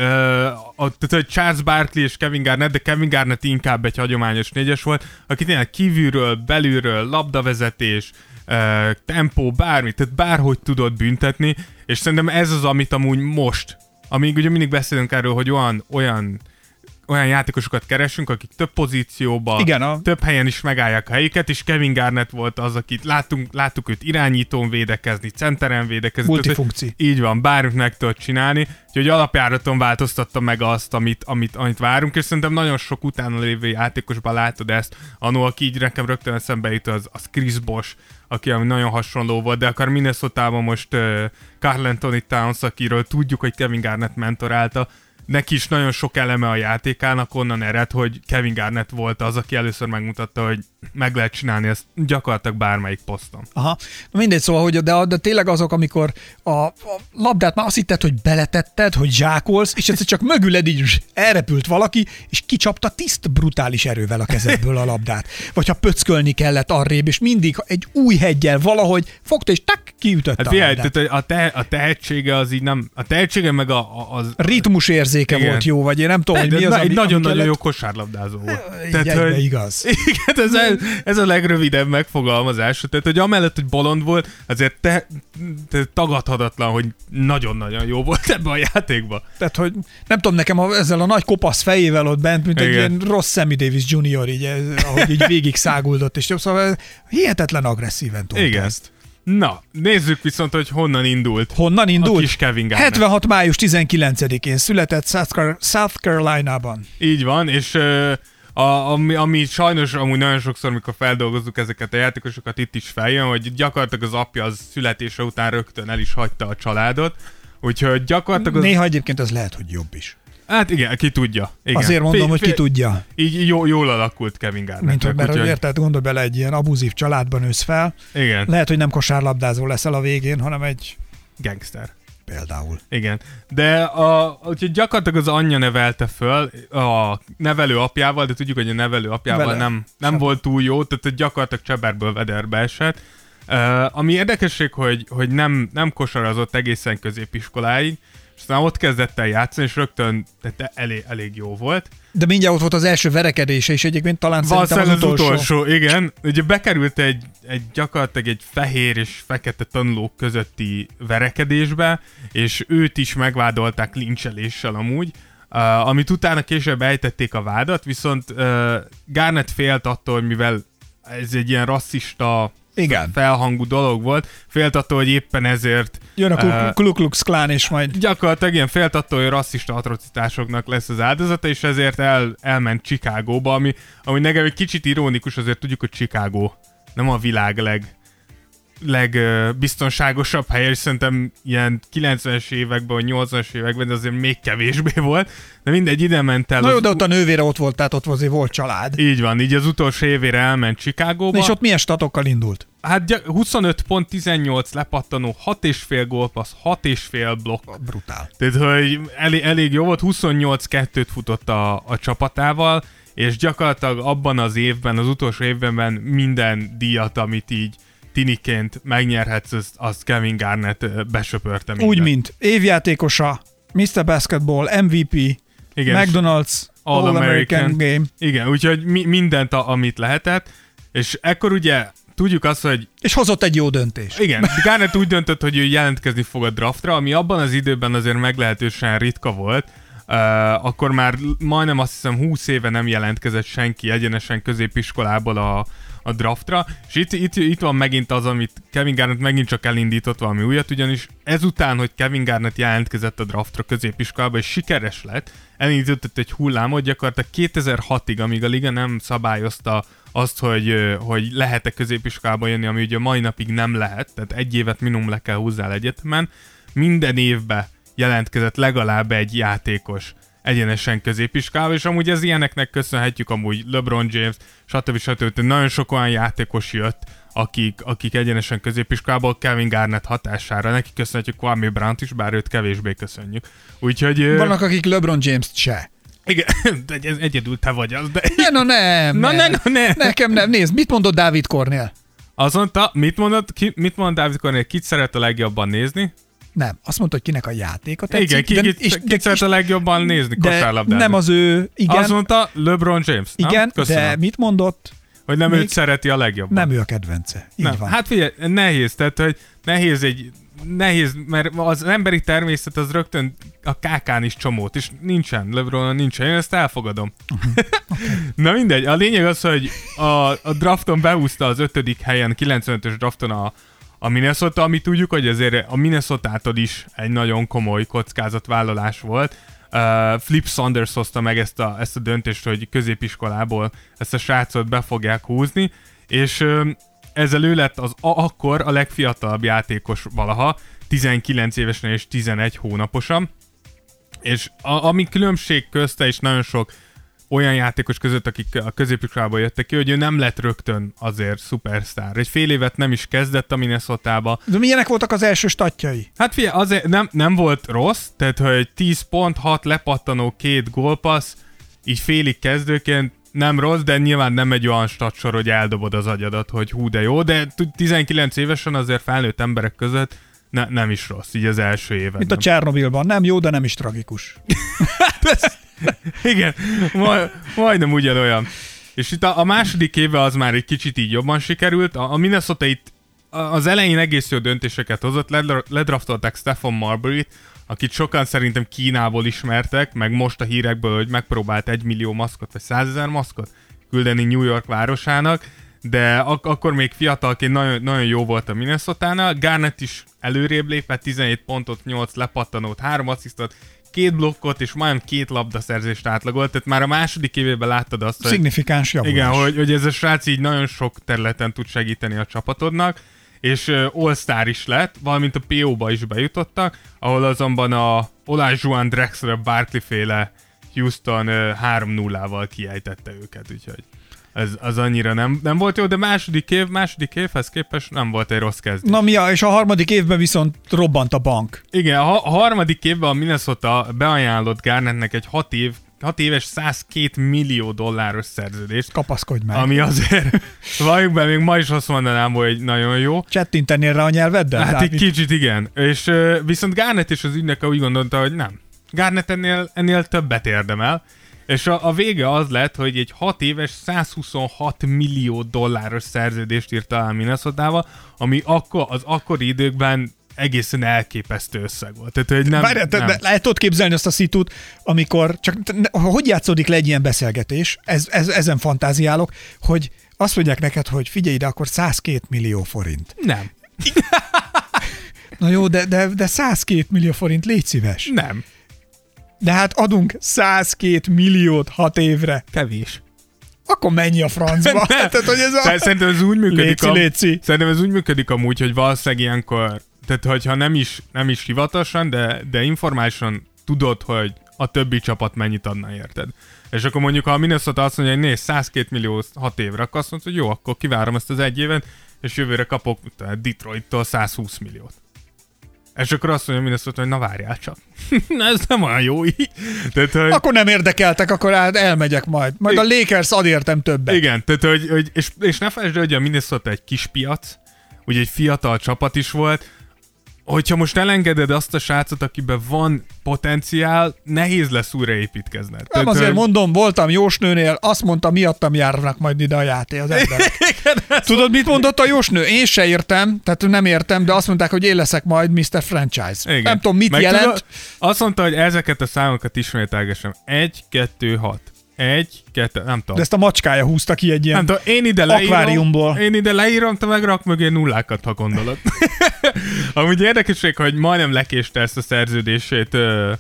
Tehát, hogy Charles Barkley és Kevin Garnett, de Kevin Garnett inkább egy hagyományos 4-es volt, aki tényleg kívülről, belülről, labdavezetés, tempó, bármit, tehát bárhogy tudott büntetni, és szerintem ez az, amit amúgy most, amíg ugye mindig beszélünk erről, hogy olyan játékosokat keresünk, akik több pozícióban, több helyen is megállják a helyüket, és Kevin Garnett volt az, akit láttuk őt irányítón védekezni, centeren védekezni. Multifunkci. Így van, bármit meg tudod csinálni, úgyhogy alapjáraton változtatta meg azt, amit várunk, és szerintem nagyon sok utána lévő játékosban látod ezt. Anno, aki így nekem rögtön eszembe jut, az Chris Bosh, aki nagyon hasonló volt, de akár Minnesotában most Karl Anthony Towns, akiről tudjuk, hogy Kevin Garnett mentorálta, neki is nagyon sok eleme a játékának onnan ered, hogy Kevin Garnett volt az, aki először megmutatta, hogy meg lehet csinálni ezt gyakorlatilag bármelyik poszton. Aha, mindegy, szóval, hogy de tényleg azok, amikor a labdát már azt hitted, hogy beletetted, hogy zsákolsz, és egyszer csak mögüled így elrepült valaki, és kicsapta tiszt brutális erővel a kezedből a labdát. Vagy ha pöckölni kellett arrébb, és mindig egy új heggyel valahogy fogta, és kiütötte a labdát. A tehetsége az így nem, a tehetsége meg az ritmusérzéke volt jó, vagy én nem tudom, hogy mi az, egy nagyon-nagyon jó kosárlabdázó volt. Tehát, igaz. Igen, ez a legrövidebb megfogalmazás. Tehát, hogy amellett, hogy bolond volt, azért te tagadhatatlan, hogy nagyon-nagyon jó volt ebben a játékban. Tehát, hogy nem tudom, nekem ezzel a nagy kopasz fejével ott bent, mint egy ilyen rossz Sammy Davis Jr., így, ahogy így végig száguldott, és szóval hihetetlen agresszíven tolta ezt. Na, nézzük viszont, hogy honnan indult. A kis Kevin Garnett. 76. május 19-én született South Carolina-ban. Így van, és ami sajnos amúgy nagyon sokszor, mikor feldolgozzuk ezeket a játékosokat, itt is feljön, hogy gyakorlatilag az apja az születése után rögtön el is hagyta a családot, úgyhogy gyakorlatilag... Néha egyébként az lehet, hogy jobb is. Hát igen, ki tudja. Igen. Azért mondom, hogy ki tudja. Így jól alakult Kevin Garnett. Mert érted, gondolj bele, egy ilyen abuzív családban nősz fel. Igen. Lehet, hogy nem kosárlabdázó leszel a végén, hanem egy... gangster. Például. Igen. De úgyhogy gyakorlatilag az anyja nevelte föl a nevelő apjával, de tudjuk, hogy a nevelő apjával nem volt túl jó, tehát gyakorlatilag cseberből vederbe esett. Ami érdekesség, hogy nem kosarazott egészen középiskoláig, és aztán ott kezdett el játszani, és rögtön elég jó volt. De mindjárt ott volt az első verekedése is egyébként, talán szerintem az utolsó. Igen. Ugye bekerült gyakorlatilag egy fehér és fekete tanulók közötti verekedésbe, és őt is megvádolták lincseléssel amúgy. amit utána később ejtették a vádat, viszont Garnett félt attól, mivel ez egy ilyen rasszista felhangú dolog volt, félt attól, hogy éppen ezért jön a Ku Klux Klan, és majd gyakorlatilag ilyen félt attól, hogy rasszista atrocitásoknak lesz az áldozata, és ezért elment Chicagóba, ami nekem egy kicsit ironikus, azért tudjuk, hogy Chicago nem a világ legbiztonságosabb helye, és szerintem ilyen 90-es években, vagy 80-as években, de azért még kevésbé volt. De mindegy, ide ment el. Na jó, de ott a nővére ott volt, tehát ott azért volt család. Így van, így az utolsó évére elment Chicagóba. És ott milyen statokkal indult? Hát 25 pont, 18 lepattanó, 6,5 gólpassz, 6,5 blokk. Brutál. Tehát, hogy elég jó volt, 28-2-t futott a csapatával, és gyakorlatilag abban az évben, az utolsó évben minden díjat, amit így tiniként megnyerhetsz, az Kevin Garnett besöpörte mindent. Úgy, mint évjátékosa, Mr. Basketball, MVP, igen, McDonald's, All-American Game. Igen, úgyhogy mindent, amit lehetett, és ekkor ugye tudjuk azt, hogy... És hozott egy jó döntést. Igen, Garnett úgy döntött, hogy ő jelentkezni fog a draftra, ami abban az időben azért meglehetősen ritka volt. Akkor már majdnem azt hiszem 20 éve nem jelentkezett senki egyenesen középiskolából a draftra, és itt van megint az, amit Kevin Garnett megint csak elindított valami újat, ugyanis ezután, hogy Kevin Garnett jelentkezett a draftra középiskolába, és sikeres lett, elindított egy hullámot, gyakorlatilag 2006-ig, amíg a liga nem szabályozta azt, hogy lehet-e középiskolába jönni, ami ugye mai napig nem lehet, tehát egy évet minimum le kell húzzál egyetemen, minden évben jelentkezett legalább egy játékos egyenesen középiskolába, és amúgy ez ilyeneknek köszönhetjük, amúgy LeBron James, stb. Nagyon sok olyan játékos jött, akik egyenesen középiskolából Kevin Garnett hatására. Neki köszönhetjük Kwame Brown-t is, bár őt kevésbé köszönjük. Úgyhogy... Vannak, akik LeBron James-t se. Igen, de egyedül te vagy az, de... Nem. Nekem nem. Nézd, mit mondott Dávid Kornél? Azt mondta, mit mondott Dávid Kornél? Kit szeret a legjobban nézni? Nem, azt mondta, hogy kinek a játéka tetszik. Igen, ki szeret a legjobban nézni kosárlabdát. Nem az ő, igen. Azt mondta LeBron James, nem? Igen, de mit mondott? Hogy nem őt szereti a legjobban. Nem ő a kedvence. Így nem. van. Hát figyelj, nehéz, tehát hogy nehéz, mert az emberi természet az rögtön a kákán is csomót, és LeBronon nincsen, én ezt elfogadom. Okay. Na mindegy, a lényeg az, hogy a drafton behúzta az 5. helyen, 95-ös drafton a Minnesota, ami tudjuk, hogy azért a Minnesota-tól is egy nagyon komoly kockázatvállalás volt. Flip Saunders hozta meg ezt a döntést, hogy középiskolából ezt a srácot be fogják húzni, és ezzel ő lett akkor a legfiatalabb játékos valaha, 19 évesen és 11 hónaposan, és ami különbség közte, és nagyon sok olyan játékos között, akik a középiskolából jöttek ki, hogy ő nem lett rögtön azért szupersztár. Egy fél évet nem is kezdett a Minnesotába. De milyenek voltak az első statjai? Hát figyelj, azért nem volt rossz, tehát hogy 10 pont, 6 lepattanó, 2 gólpassz, így félig kezdőként nem rossz, de nyilván nem egy olyan statsor, hogy eldobod az agyadat, hogy hú de jó, de 19 évesen azért felnőtt emberek között nem is rossz, így az első évben. Mint a Csernobilban, nem jó, de nem is tragikus. Igen, majdnem ugyanolyan. És itt a második éve az már egy kicsit így jobban sikerült. A Minnesota itt az elején egész jó döntéseket hozott, ledraftolták Stephon Marbury-t, akit sokan szerintem Kínából ismertek, meg most a hírekből, hogy megpróbált 1 millió maszkot, vagy 100 000 maszkot küldeni New York városának, de akkor még fiatalként nagyon, nagyon jó volt a Minnesotánál. Garnett is előrébb lépett, 17 pontot, 8 lepattanót, 3 asszisztot, 2 blokkot és majdnem 2 labdaszerzést átlagolt, tehát már a második évében láttad azt, hogy... Szignifikáns javulás. Igen, hogy ez a srác így nagyon sok területen tud segíteni a csapatodnak, és All-Star is lett, valamint a PO-ba is bejutottak, ahol azonban a Olajuwon Drexler Barkley-féle Houston 3-0-val kiejtette őket, úgyhogy az annyira nem volt jó, de második évhez képest nem volt egy rossz kezdés. Na mi, és a harmadik évben viszont robbant a bank. Igen, a harmadik évben a Minnesota beajánlott Garnettnek egy 6 éves $102 millió szerződést. Kapaszkodj meg. Ami azért, valljuk be, még ma is azt mondanám, hogy nagyon jó. Csettintenél rá a nyelveddel? Hát egy kicsit igen. És viszont Garnett és az ügynöke úgy gondolta, hogy nem. Garnett ennél többet érdemel. És a vége az lett, hogy egy 6 éves $126 millió szerződést írt alá Minnesotával, ami az akkori időkben egészen elképesztő összeg volt. Tehát, hogy nem, Várjál, nem. lehet tudod képzelni azt a szitút, amikor csak hogy játszódik le egy ilyen beszélgetés, ezen fantáziálok, hogy azt mondják neked, hogy figyelj ide, akkor 102 millió forint. Nem. Na jó, de 102 millió forint, légy szíves. Nem. De hát adunk 102 milliót 6 évre. Kevés. Akkor menj a francba. Tehát, hogy ez a... Szerintem ez úgy működik. Léci. Szerintem ez úgy működik amúgy, hogy valószínűleg ilyenkor, tehát hogyha nem is hivatalosan, de informálisan tudod, hogy a többi csapat mennyit adna, érted? És akkor mondjuk, ha a Minnesota azt mondja, hogy nézd, 102 millió 6 évre, akkor azt mondod, hogy jó, akkor kivárom ezt az egy évet, és jövőre kapok Detroittól 120 milliót. És akkor azt mondja Minnesota, hogy na várjál csak. Ez nem olyan jó így. Tehát, hogy... Akkor nem érdekeltek, akkor elmegyek majd. Majd a Lakers ad értem többet. Igen, tehát, és ne felejtsd, hogy a Minnesota egy kis piac, ugye egy fiatal csapat is volt, hogyha most elengeded azt a srácot, akiben van potenciál, nehéz lesz újraépítkezned. Nem Tehát, azért hogy... mondom, voltam Jósnőnél, azt mondta, miattam járnak majd ide a játék az emberek. Tudod, mit mondott a Jósnő? Én se értem, tehát nem értem, de azt mondták, hogy én leszek majd Mr. Franchise. Igen. Nem tudom, mit jelent. Tudod, azt mondta, hogy ezeket a számokat ismételgessem. 1, 2, 6. 1, 2, nem tudom. De ezt a macskája húzta ki egy ilyen nem tudom, akváriumból. Én ide leírom, te megrak mögé nullákat, ha gondolod. Amúgy érdekesség, hogy majdnem lekéste ezt a szerződését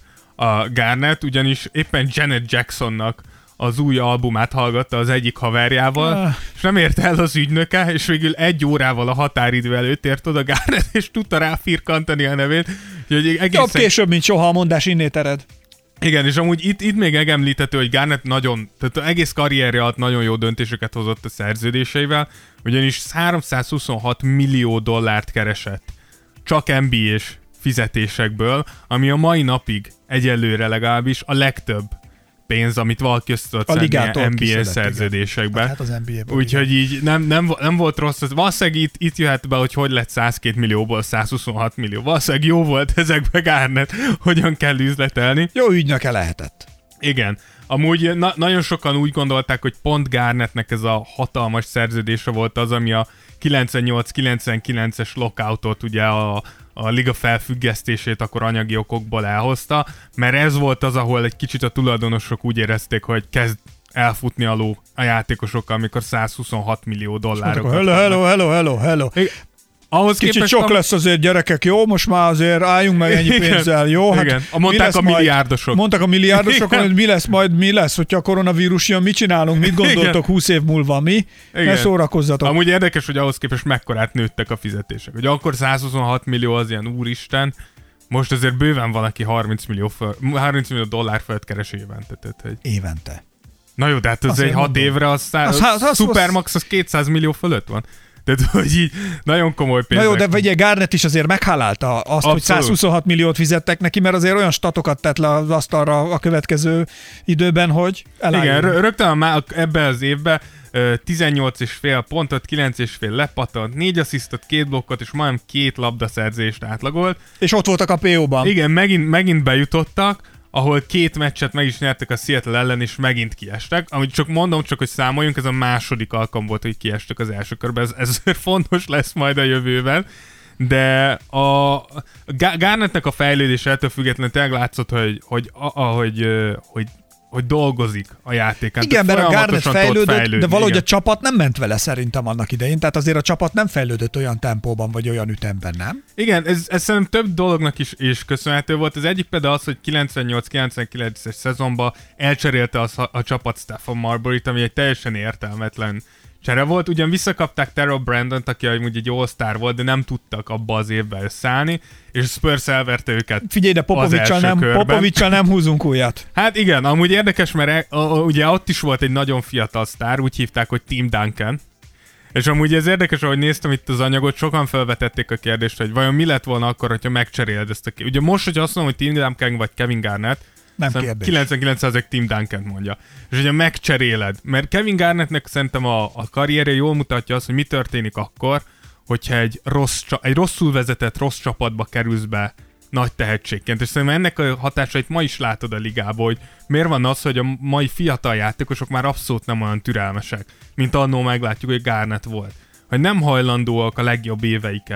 a Garnett, ugyanis éppen Janet Jacksonnak az új albumát hallgatta az egyik haverjával, és nem ért el az ügynöke, és végül 1 órával a határidő előtt ért oda Garnett, és tudta rá firkantani a nevét. Jobb később, mint soha a mondás, innét ered. Igen, és amúgy itt még megemlíthető, hogy Garnett tehát egész karrierje alatt nagyon jó döntéseket hozott a szerződéseivel, ugyanis 326 millió dollárt keresett csak NBA-s fizetésekből, ami a mai napig egyelőre legalábbis a legtöbb pénz, amit valaki össze tudott szedni NBA szerződésekbe. Hát az NBA-ben. Úgyhogy így nem volt rossz. Valószínűleg itt jöhet be, hogy lett 102 millióból 126 millió. Valószínűleg jó volt ezekbe Garnett, hogyan kell üzletelni. Jó ügynöke lehetett. Igen. Amúgy nagyon sokan úgy gondolták, hogy pont Garnettnek ez a hatalmas szerződése volt az, ami a 98-99-es lockoutot, ugye a liga felfüggesztését akkor anyagi okokból elhozta, mert ez volt az, ahol egy kicsit a tulajdonosok úgy érezték, hogy kezd elfutni a ló a játékosokkal, amikor 126 millió dollárokat. Hello. Ahhoz kicsit sok lesz azért, gyerekek, jó? Most már azért álljunk meg ennyi pénzzel, jó? Hát igen. Mondták a milliárdosok. Mondták a milliárdosok, hogy mi lesz, hogyha a koronavírus jön, mit csinálunk, mit gondoltok 20 év múlva, mi? Igen. Ne szórakozzatok. Amúgy érdekes, hogy ahhoz képest mekkorát nőttek a fizetések. Hogy akkor 126 millió az ilyen úristen, most azért bőven van, aki 30 millió dollár fölött keres évente. Tehát, évente. Na jó, de hát az egy 6 évre a Supermax az 200 millió fölött van. Tehát, hogy így nagyon komoly pénzek. Na jó, de ugye Garnett is azért meghálálta azt, abszolút, hogy 126 milliót fizettek neki, mert azért olyan statokat tett le az asztalra a következő időben, hogy elálljon. Igen, rögtön ebben az évben 18,5 pontot, 9,5 lepatant, 4 asszisztot, 2 blokkot, és majdnem 2 labdaszerzést átlagolt. És ott voltak a PO-ban. Igen, megint bejutottak, ahol 2 meccset meg is nyertek a Seattle ellen, és megint kiestek. Amit csak mondom, hogy számoljunk, ez a második alkalom volt, hogy kiestek az első körben. Ez fontos lesz majd a jövőben. De a Garnettnek a fejlődése ettől függetlenül tényleg látszott, hogy dolgozik a játékán. Igen, mert a Garnett fejlődött, de valahogy igen. A csapat nem ment vele szerintem annak idején, tehát azért a csapat nem fejlődött olyan tempóban, vagy olyan ütemben, nem? Igen, ez szerintem több dolognak is köszönhető volt. Az egyik például az, hogy 98-99-es szezonban elcserélte a csapat Stephen Marbury-t, ami egy teljesen értelmetlen csere volt. Ugyan visszakapták Terrell Brandont, aki amúgy egy all-star volt, de nem tudtak abba az évben összeállni, és Spurs elverte őket. Figyelj, de Popovics-sal nem húzunk újat. Hát igen, amúgy érdekes, mert ugye ott is volt egy nagyon fiatal sztár, úgy hívták, hogy Tim Duncan. És amúgy ez érdekes, ahogy néztem itt az anyagot, sokan felvetették a kérdést, hogy vajon mi lett volna akkor, hogyha megcseréled ezt a Ugye most, hogy azt mondom, hogy Tim Duncan vagy Kevin Garnett, nem kérdés. 99% Tim Duncan mondja. És ugye megcseréled, mert Kevin Garnettnek szerintem a karrierje jól mutatja azt, hogy mi történik akkor, hogyha egy rosszul vezetett rossz csapatba kerülsz be nagy tehetségként. És szerintem ennek a hatásait ma is látod a ligában, hogy miért van az, hogy a mai fiatal játékosok már abszolút nem olyan türelmesek, mint annól meglátjuk, hogy Garnett volt. Hogy nem hajlandóak a legjobb éveiket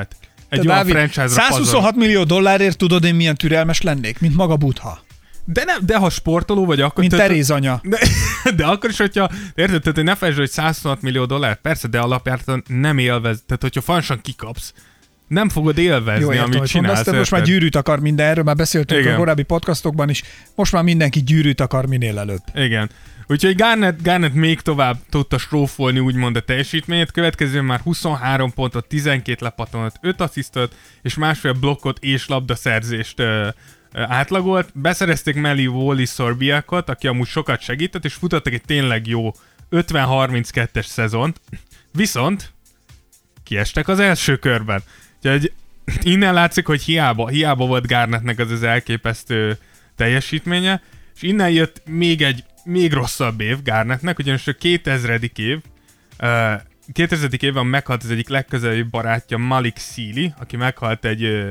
egy olyan franchise-ra 126 millió dollárért tudod én milyen türelmes lennék, mint maga Buddha. De ha sportoló vagy, akkor... Mint Teréz anya. De akkor is, hogyha... Érted, tehát ne felejtsd, hogy 126 millió dollár, persze, de alapjártan nem élvez. Tehát, hogyha fansan kikapsz, nem fogod élvezni, jó, amit csinálsz. Jó, most már gyűrűt akar minden, erről már beszéltünk a korábbi podcastokban is, most már mindenki gyűrűt akar minél előbb. Igen. Úgyhogy Garnett még tovább tudta strófolni úgymond a teljesítményét, következően már 23 pontot, 12 lepattanat, 5 asszisztot és másfél blokkot és labdaszerzést átlagolt. Beszerezték mellé Wally Sorbiakot, aki amúgy sokat segített, és futottak egy tényleg jó 50-32-es szezont, viszont kiestek az első körben. Úgyhogy innen látszik, hogy hiába volt Garnettnek az elképesztő teljesítménye, és innen jött még rosszabb év Garnettnek, ugyanis a 2000. évben meghalt az egyik legközelebbi barátja, Malik Sealy, aki meghalt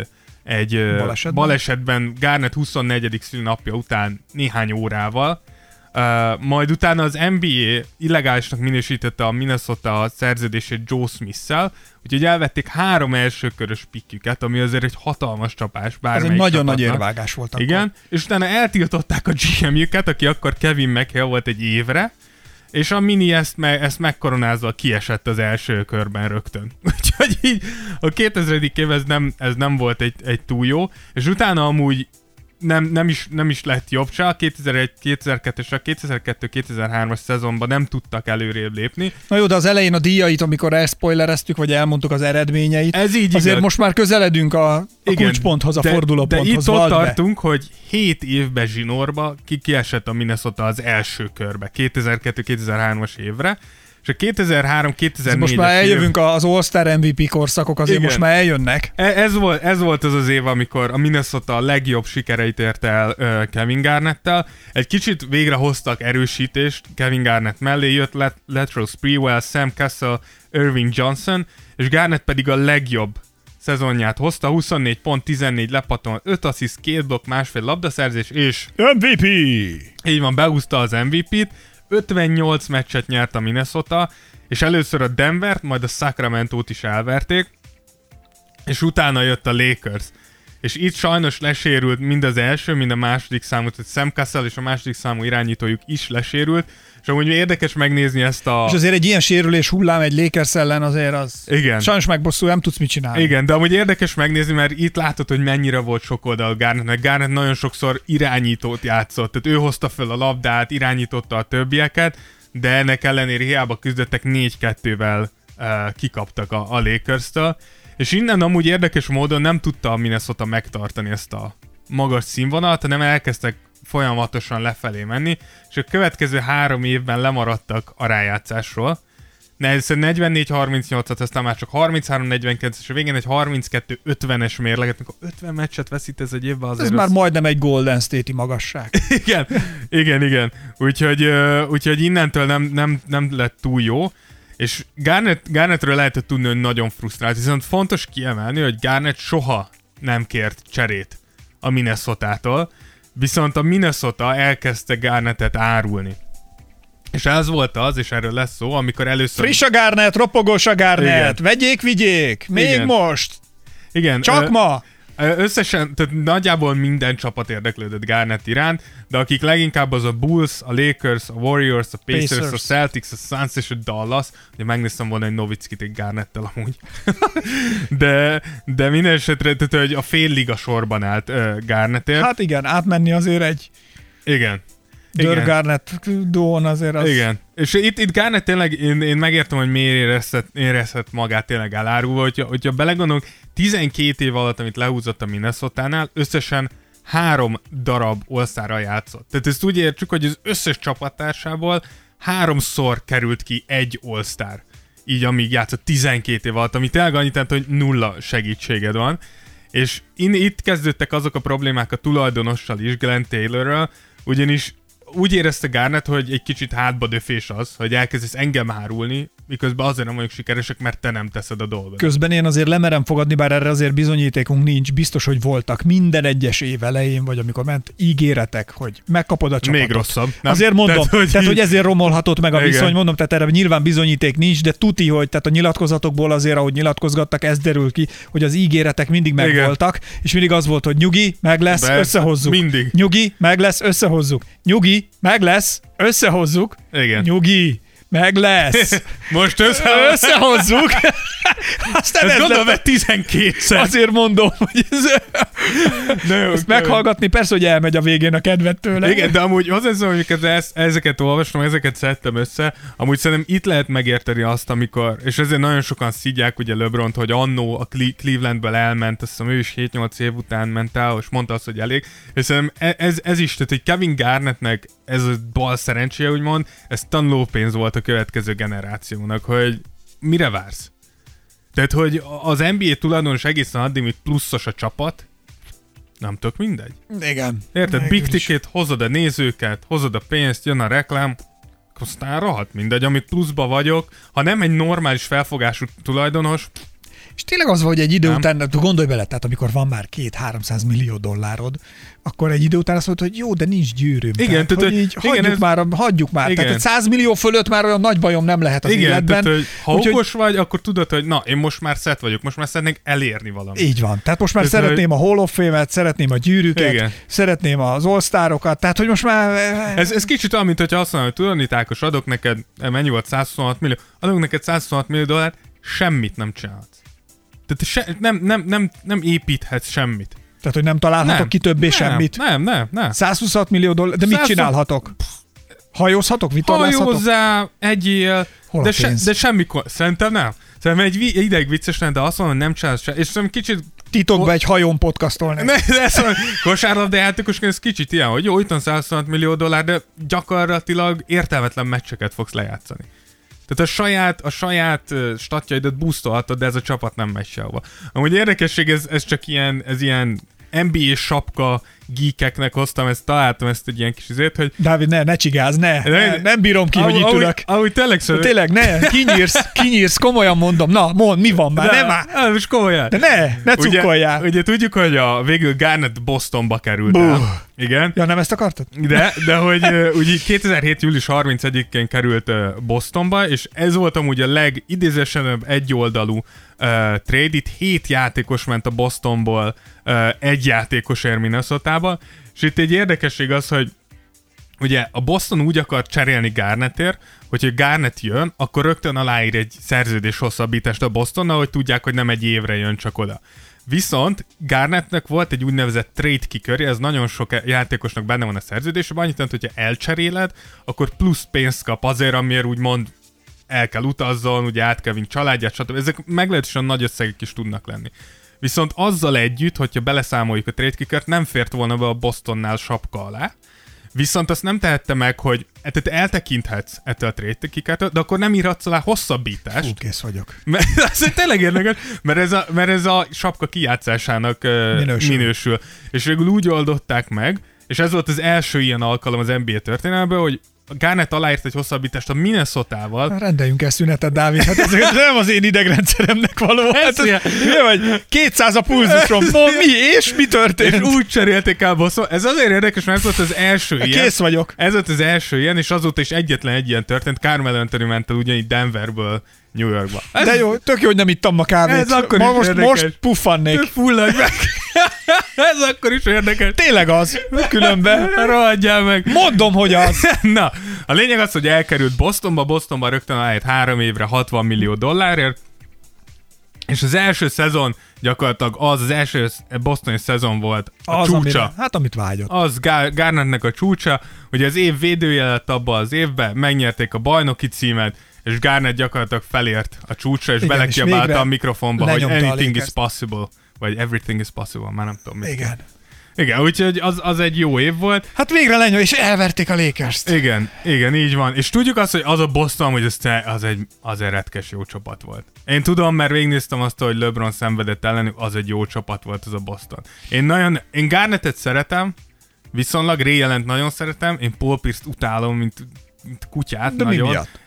egy balesetben Garnett 24. szülinapja után néhány órával. Majd utána az NBA illegálisnak minősítette a Minnesota szerződését Joe Smith-szel, úgyhogy elvették 3 elsőkörös pikküket, ami azért egy hatalmas csapás. Ez egy nagyon nagy érvágás volt akkor. Igen, és utána eltiltották a GM-jüket, aki akkor Kevin McHale volt egy évre, és a Mini ezt megkoronázva kiesett az első körben rögtön. Úgyhogy így a 2000. év ez nem volt egy túl jó, és utána amúgy nem is lett jobb se, a 2001, 2002 és a 2002-2003-as szezonban nem tudtak előrébb lépni. Na jó, de az elején a díjait, amikor elspoilereztük, vagy elmondtuk az eredményeit, ez így azért igaz. Most már közeledünk a kulcsponthoz, a fordulóponthoz. De itt ott tartunk, hogy 7 évben zsinórba kiesett a Minnesota az első körbe, 2002-2003-as évre, és a 2003-2004-es most már eljövünk az All-Star MVP korszakok, azért igen. Most már eljönnek. Ez volt az év, amikor a Minnesota a legjobb sikereit érte el Kevin Garnettel. Egy kicsit végre hoztak erősítést Kevin Garnett mellé, jött Latrell Sprewell, Sam Cassell, Irving Johnson, és Garnett pedig a legjobb szezonját hozta, 24 pont, 14 lepatton, 5 assziszt, 2 blokk, másfél labdaszerzés, és MVP! Így van, behúzta az MVP-t, 58 meccset nyert a Minnesota, és először a Denvert, majd a Sacramento-t is elverték, és utána jött a Lakers. És itt sajnos lesérült mind az első, mind a második számú, tehát Sam Cassell és a második számú irányítójuk is lesérült, és amúgy érdekes megnézni ezt a... És azért egy ilyen sérülés hullám egy Lakers ellen azért az... Igen. Sajnos megbosszul, nem tudsz mit csinálni. Igen, de amúgy érdekes megnézni, mert itt látod, hogy mennyire volt sokoldalú Garnettnek. Garnett nagyon sokszor irányítót játszott, tehát ő hozta föl a labdát, irányította a többieket, de ennek ellenére hiába küzdöttek 4-2-vel kikaptak a Lakers-től. És innen amúgy érdekes módon nem tudta a Minnesota megtartani ezt a magas színvonalat, hanem elkezdtek folyamatosan lefelé menni, és a következő 3 évben lemaradtak a rájátszásról. Először 44-38-at, aztán már csak 33-49, és a végén egy 32-50-es mérleget, mikor 50 meccset veszítesz egy évben azért... Ez már majdnem egy Golden State-i magasság. Igen. Úgyhogy innentől nem lett túl jó, és Garnettről lehetett tudni, hogy nagyon frusztrált, viszont fontos kiemelni, hogy Garnett soha nem kért cserét a Minnesotától, viszont a Minnesota elkezdte Garnettet árulni. És ez volt az, és erről lesz szó, amikor először... Friss a Garnett, ropogós a Garnett, vegyék, vigyék, még igen. Most! Igen. Csak ma! Összesen, tehát nagyjából minden csapat érdeklődött Garnett iránt, de akik leginkább az a Bulls, a Lakers, a Warriors, a Pacers, a Celtics, a Suns és a Dallas, ugye megnéztem volna egy Nowitzkit egy Garnettel amúgy. de minden esetre, tehát, hogy a fél liga sorban állt Garnettért. Hát igen, átmenni azért egy... Igen. Dirk Garnett duón azért az... Igen. És itt Garnett tényleg, én megértem, hogy miért érezhet magát tényleg elárulva, hogyha belegondolunk, 12 év alatt, amit lehúzott a Minnesotánál, összesen 3 darab All-Starra játszott. Tehát ezt úgy értsük, hogy az összes csapattársából 3-szor került ki egy All-Star. Így amíg játszott 12 év alatt, ami tényleg annyit jelent, hogy 0 segítséged van. És itt kezdődtek azok a problémák a tulajdonossal is, Glenn Taylorrel, ugyanis úgy érezte Garnett, hogy egy kicsit hátba döfés az, hogy elkezdesz engem árulni, miközben azért nem vagyunk sikeresek, mert te nem teszed a dolgot. Közben én azért lemerem fogadni, bár erre azért bizonyítékunk nincs, biztos, hogy voltak minden egyes év elején, vagy amikor ment ígéretek, hogy megkapod a csapatot. Még rosszabb. Nem? Azért mondom, hogy ezért romolhatott meg a Igen. viszony, mondom, tehát erre nyilván bizonyíték nincs, de tuti, hogy tehát a nyilatkozatokból azért, ahogy nyilatkozgattak, ez derül ki, hogy az ígéretek mindig megvoltak, és mindig az volt, hogy nyugi, meg lesz, Persze, összehozzuk. mindig. Nyugi, meg lesz, összehozzuk. Nyugi, meg lesz, összehozzuk. Igen. Nyugi, meg lesz. Most Összehozzuk. Aztán ezt ez gondolom, lett. mert 12-szer. Azért mondom, hogy ezt meghallgatni, persze, hogy elmegy a végén a kedvet tőle. Igen, de amúgy hozzá, hogy ezeket olvastam, ezeket szedtem össze, amúgy szerintem itt lehet megérteni azt, amikor, és ezért nagyon sokan szidják ugye LeBront, hogy annó a Clevelandből elment, azt hiszem ő is 7-8 év után ment el, és mondta azt, hogy elég, és szerintem ez is, tehát hogy Kevin Garnettnek ez a bal szerencséje, úgymond, ez tanulópénz volt a következő generációnak, hogy mire vársz? Tehát, hogy az NBA tulajdonos egészen addig, míg pluszos a csapat, nem tök mindegy. Igen. Érted? Big ticket, hozod a nézőket, hozod a pénzt, jön a reklám, aztán rohadt mindegy, amit pluszba vagyok. Ha nem egy normális felfogású tulajdonos, És tényleg az van, hogy egy idő nem. után, gondolj bele, tehát amikor van már 200-300 millió dollárod, akkor egy idő után azt mondod, hogy jó, de nincs gyűrűm. Igen, tehát, hogy így igen, hagyjuk már. igen. Tehát 100 millió fölött már olyan nagy bajom nem lehet az igen, életben. tehát, hogy ha Úgyhogy- okos vagy, akkor tudod, hogy na, én most már szett vagyok, most már szeretnék elérni valamit. Így van. Tehát most már Tehát, szeretném a Hall of Fame-et, szeretném a gyűrűket, Igen. szeretném az All-Starokat, tehát hogy most már... Ez kicsit olyan, mint hogyha azt mondom, hogy tudod, Ákos, adok neked, mennyi volt, 126 millió, adok neked 126 millió dollárt, semmit nem csinálsz. Tehát nem építhetsz semmit. Tehát, hogy nem találhatok Nem. ki többé semmit. Nem. 126 millió dollár, de mit 100 csinálhatok? Hajózhatok? Vitorlázhatok? Hajózzál, egyél, Hol a de, pénz? de semmi, szerintem nem. Szerintem egy ideig vicces lenne, de azt mondom, hogy nem csinálsz se. És szerintem kicsit Titokba egy hajón podcastolni. de ezt mondom, kosárlabda játékosként ez kicsit ilyen, hogy jó, itt van 126 millió dollár, de gyakorlatilag értelmetlen meccseket fogsz lejátszani. Tehát a saját statjaidat boostolhatod, de ez a csapat nem megy sehova. Amúgy érdekesség, ez csak ilyen NBA sapka geekeknek hoztam, találtam ezt egy ilyen kis izét, hogy Dávid, ne csigázz, nem bírom ki, hogy itt ülök. Ahogy tényleg szóval... Tényleg, ne, kinyírsz, komolyan mondom. Na, mondd, mi van már, nem már. Most komolyan. De ne cukkoljál. Ugye tudjuk, hogy végül Garnett Bostonba került el. Igen. Ja, nem ezt akartad? De hogy ugye 2007. július 31-én került Bostonba, és ez volt amúgy a legidézősenebb egyoldalú trade. Itt 7 játékos ment a Bostonból egy játékosért Minnesotába, és itt egy érdekesség az, hogy ugye a Boston úgy akar cserélni Garnettért, hogyha Garnett jön, akkor rögtön aláír egy szerződés hosszabbítást a Bostonnal, hogy tudják, hogy nem egy évre jön csak oda. Viszont Garnettnek volt egy úgynevezett trade kickörje, ez nagyon sok játékosnak benne van a szerződésben, annyit jelent, hogyha elcseréled, akkor plusz pénzt kap azért, amiért úgymond el kell utazzon, ugye át kell vinni családját, stb. Ezek meglehetősen nagy összegek is tudnak lenni. Viszont azzal együtt, hogyha beleszámoljuk a trade kickert, nem fért volna be a Bostonnál sapka alá, viszont azt nem tehette meg, hogy eltekinthetsz ettől a trade kickertől, de akkor nem írhatsz alá hosszabbítást. Fú, kész vagyok. Ez tényleg érdekes, mert ez a sapka kijátszásának minősül. És végül úgy oldották meg, és ez volt az első ilyen alkalom az NBA történelmében, hogy Garnett aláírt egy hosszabbítást a Minnesotával. Rendeljünk el szünetet, Dávid, hát ez nem az én idegrendszeremnek való. Hát mi vagy? 200 a pulzusom. Mi? És mi történt? És úgy cserélték el Boston. Ez azért érdekes, mert ez volt az első ilyen. Kész vagyok. Ez volt az első ilyen, és azóta is egyetlen egy ilyen történt. Carmelo Anthony ment el ugyanígy Denverből New Yorkba. De jó, tök jó, hogy nem ittam ma kávét. Ez akkor is most puffannék. Fulladj meg. Ez akkor is érdekes. Tényleg az. Különben. Rohadjál meg. Mondom, hogy az. Na, a lényeg az, hogy elkerült Bostonba rögtön aláírt 3 évre 60 millió dollárért, és az első szezon gyakorlatilag az első bostoni szezon volt a az, csúcsa. Amit vágyott. Az Garnettnek a csúcsa, ugye az év védője lett abban az évben, megnyerték a bajnoki címet, és Garnett gyakorlatilag felért a csúcsra, és belekiabálta a mikrofonba, hogy anything is possible, vagy everything is possible, már nem tudom mit. Igen, úgyhogy az egy jó év volt. Hát végre lenyom, és elverték a Lakers-t. Igen, így van. És tudjuk azt, hogy az a Boston, hogy az egy retkes jó csapat volt. Én tudom, mert végignéztem azt, hogy LeBron szenvedett ellenük, az egy jó csapat volt az a Boston. Én Garnettet szeretem, viszonylag Ray Allent nagyon szeretem, én Paul Pierce-t utálom, mint kutyát. De nagyon. mi miatt?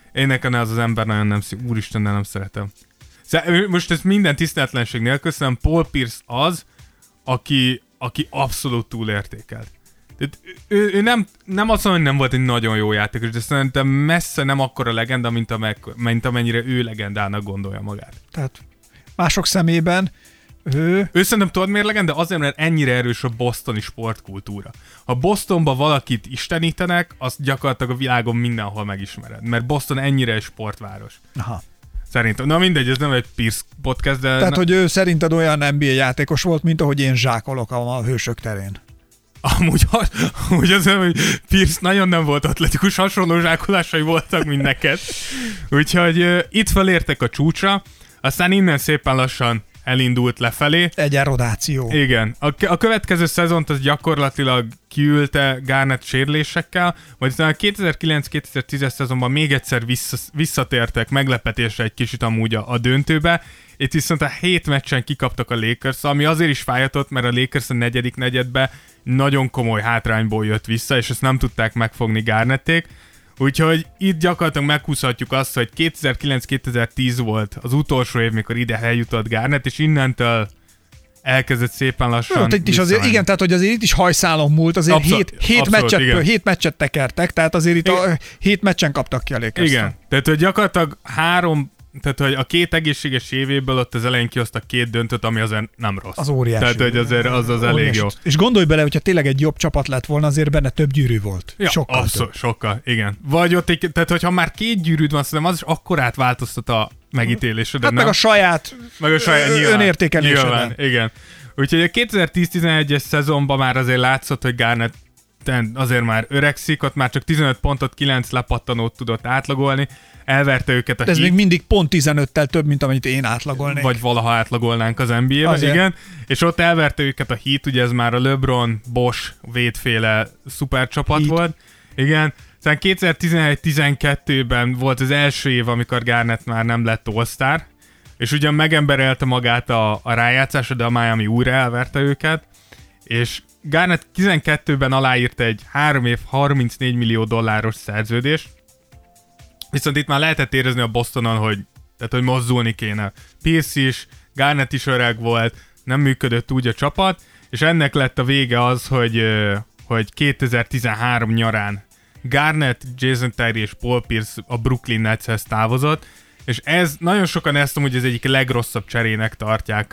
Én nekem az ember nagyon nem úristen, nem szeretem. Most ez minden tiszteletlenség nélkül, szerintem Paul Pierce az, aki abszolút túlértékelt. Tehát ő nem azt mondom, hogy nem volt egy nagyon jó játékos, de szerintem messze nem akkora legenda, mint amennyire ő legendának gondolja magát. Tehát mások szemében ő szerintem tudod miért legenda? Azért, mert ennyire erős a bostoni sportkultúra. Ha Bostonba valakit istenítenek, azt gyakorlatilag a világon mindenhol megismered. Mert Boston ennyire egy sportváros. Aha. Szerintem. Na mindegy, ez nem egy Pierce podcast, de... Tehát, hogy ő szerinted olyan NBA játékos volt, mint ahogy én zsákolok a hősök terén. Amúgy azért, hogy Pierce nagyon nem volt atletikus, hasonló zsákolásai voltak, mint neked. Úgyhogy itt felértek a csúcsra, aztán innen szépen lassan elindult lefelé. Egyenrodáció. Igen. A következő szezont az gyakorlatilag kiülte Garnett sérülésekkel, majd aztán a 2009-2010-es szezonban még egyszer visszatértek meglepetésre egy kicsit amúgy a döntőbe. Itt viszont a 7 meccsen kikaptak a Lakers, ami azért is fájhatott, mert a Lakers a negyedik negyedbe nagyon komoly hátrányból jött vissza, és ezt nem tudták megfogni Garnették. Úgyhogy itt gyakorlatilag meghúzhatjuk azt, hogy 2009-2010 volt az utolsó év, mikor ide eljutott Garnett, és innentől elkezdett szépen lassan itt is azért, igen, tehát hogy azért itt is hajszálon múlt, azért hét meccset tekertek, tehát azért itt a 7 meccsen kaptak ki a Lakers. Igen, tehát hogy gyakorlatilag tehát hogy a 2 egészséges évéből ott az elején kihoztak 2 döntőt, ami azért nem rossz. Az óriási. Tehát hogy azért az elég jó. És gondolj bele, hogyha tényleg egy jobb csapat lett volna, azért benne több gyűrű volt. Ja, sokkal abszolút, sokkal, igen. Vagy ott, tehát hogyha már 2 gyűrűd van, szerintem az is akkorát változtat a megítélésed. Hát meg a saját önértékelésed. Igen. Úgyhogy a 2010-11-es szezonban már azért látszott, hogy Garnett azért már öregszik, ott már csak 15 pontot, 9 lepattanót tudott átlagolni, elverte őket a de ez még mindig pont 15-tel több, mint amennyit én átlagolnék. Vagy valaha átlagolnánk az NBA-ben, igen. És ott elverte őket a Heat, ugye ez már a LeBron, Bosch, Wade-féle szupercsapat volt. Igen. Aztán 2011-12-ben volt az első év, amikor Garnett már nem lett All-Star, és ugyan megemberelte magát a rájátszásra, de a Miami újra elverte őket, és Garnett 12-ben aláírt egy 3 év $34 millió szerződést, viszont itt már lehetett érezni a Bostonon, hogy mozdulni kéne. Pierce is, Garnett is öreg volt, nem működött úgy a csapat, és ennek lett a vége az, hogy 2013 nyarán Garnett, Jason Terry és Paul Pierce a Brooklyn Netshez távozott, és ez nagyon sokan ezt amúgy az egyik legrosszabb cserének tartják,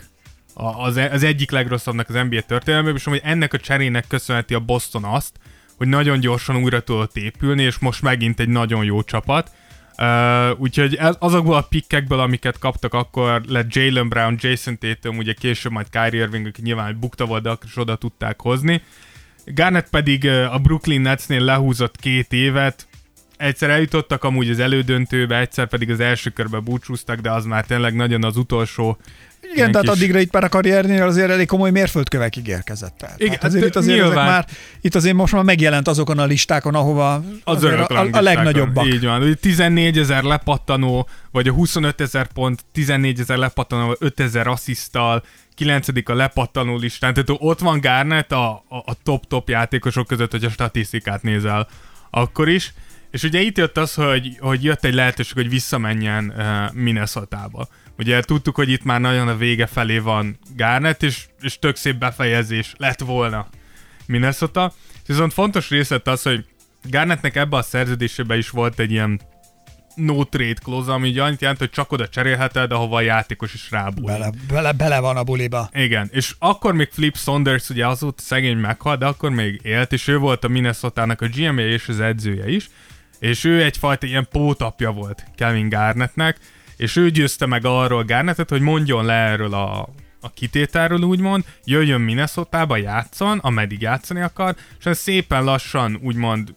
az egyik legrosszabbnak az NBA történelmében, és amúgy ennek a cserének köszönheti a Boston azt, hogy nagyon gyorsan újra tudott épülni, és most megint egy nagyon jó csapat. Úgyhogy azokból a pikkekből, amiket kaptak, akkor lett Jaylen Brown, Jason Tatum, ugye később majd Kyrie Irving, aki nyilván egy bukta volt, de akkor is oda tudták hozni. Garnett pedig a Brooklyn Netsnél lehúzott 2 évet, egyszer eljutottak amúgy az elődöntőbe, egyszer pedig az első körbe búcsúztak, de az már tényleg nagyon az utolsó. Igen, tehát addigra itt már a karriernél azért elég komoly mérföldkövekig érkezett el. Igen, azért itt azért ezek már, itt azért most már megjelent azokon a listákon, ahova az a legnagyobbak. Így van, 14 000 lepattanó, vagy a 25 000 pont, 14 000 lepattanó, 5 000 assziszttal, 9. a lepattanó listán, tehát ott van Garnett a top játékosok között, hogy a statisztikát nézel akkor is. És ugye itt jött az, hogy jött egy lehetőség, hogy visszamenjen Minnesotába. Ugye tudtuk, hogy itt már nagyon a vége felé van Garnett, és tök szép befejezés lett volna Minnesota. Viszont fontos részlet az, hogy Garnettnek ebbe a szerződésében is volt egy ilyen no trade clause, ami ugye annyit jelent, hogy csak oda cserélheted, ahova a játékos is rábúl. Bele van a buliba. Igen, és akkor még Flip Saunders, ugye azóta szegény meghalt, de akkor még élt, és ő volt a Minnesotának a GM-je és az edzője is, és ő egyfajta ilyen pótapja volt Kevin Garnettnek, és ő győzte meg arról Garnettet, hogy mondjon le erről a kitételről úgymond, jöjjön Minnesotába, játszon, ameddig játszani akar, és ez szépen lassan úgymond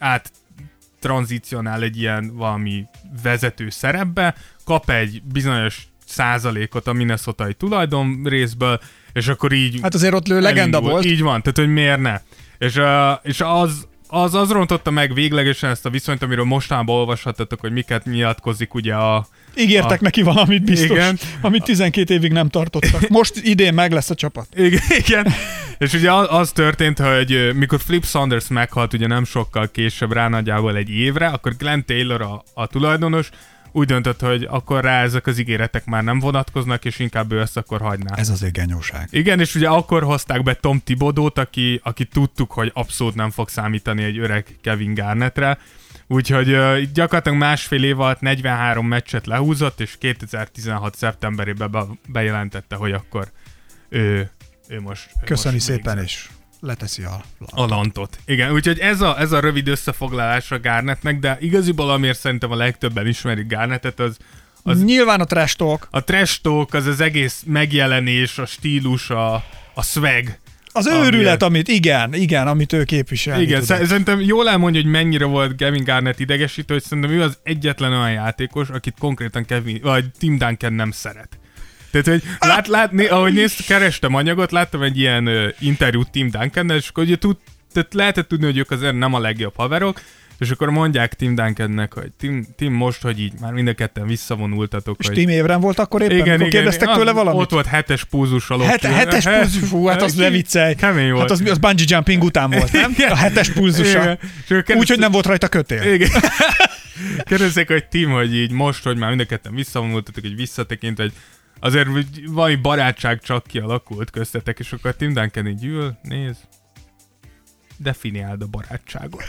tranzicionál egy ilyen valami vezető szerepbe, kap egy bizonyos százalékot a minnesotai tulajdon részből, és akkor így... Hát azért ott legenda volt. Így van, tehát hogy miért ne? És az rontotta meg véglegesen ezt a viszonyt, amiről mostanában olvashattatok, hogy miket nyilatkozik ugye ígértek neki valamit biztos, igen. Amit 12 évig nem tartottak. Most idén meg lesz a csapat. Igen. És ugye az történt, hogy mikor Flip Saunders meghalt, ugye nem sokkal később, rá nagyjából egy évre, akkor Glenn Taylor a tulajdonos úgy döntött, hogy akkor rá ezek az ígéretek már nem vonatkoznak, és inkább ő ezt akkor hagyná. Ez azért genyóság. Igen, és ugye akkor hozták be Tom Thibodeau-t, aki tudtuk, hogy abszolút nem fog számítani egy öreg Kevin Garnettre. Úgyhogy gyakorlatilag másfél év alatt 43 meccset lehúzott, és 2016. szeptemberében bejelentette, hogy akkor ő most... Köszöni most szépen, végzett. és leteszi a lantot. Igen, úgyhogy ez a rövid összefoglalása Garnettnek, de igaziból amiért szerintem a legtöbben ismerik Garnettet, az nyilván a trash talk. A trash talk, az egész megjelenés, a stílus, a swag. Az őrület, amit ő képvisel. Igen, szerintem jól elmondja, hogy mennyire volt Kevin Garnett idegesítő, hogy szerintem ő az egyetlen olyan játékos, akit konkrétan Tim Duncan nem szeret. Tehát, hogy ahogy kerestem anyagot, láttam egy ilyen interjút Tim Duncannel, és akkor ugye tehát lehetett tudni, hogy ők azért nem a legjobb haverok, és akkor mondják Tim Duncannek, hogy Tim most, hogy így már mind a ketten visszavonultatok. És Tim ébren volt akkor éppen, igen, akkor kérdeztek tőle valamit? Ott volt 7-es púzussal. 7-es púzus, fú, hát az ne viccelj. Kemény volt. Hát az bungee jumping után volt, nem? A 7-es púzusa. Úgyhogy nem volt rajta kötél. Igen. Kérdezték, hogy Tim, hogy így most, hogy már mind a ketten visszavonultatok, így visszatekint, hogy azért valami barátság csak kialakult köztetek, és akkor Tim Duncan így ül, néz, definiáld a barátságot.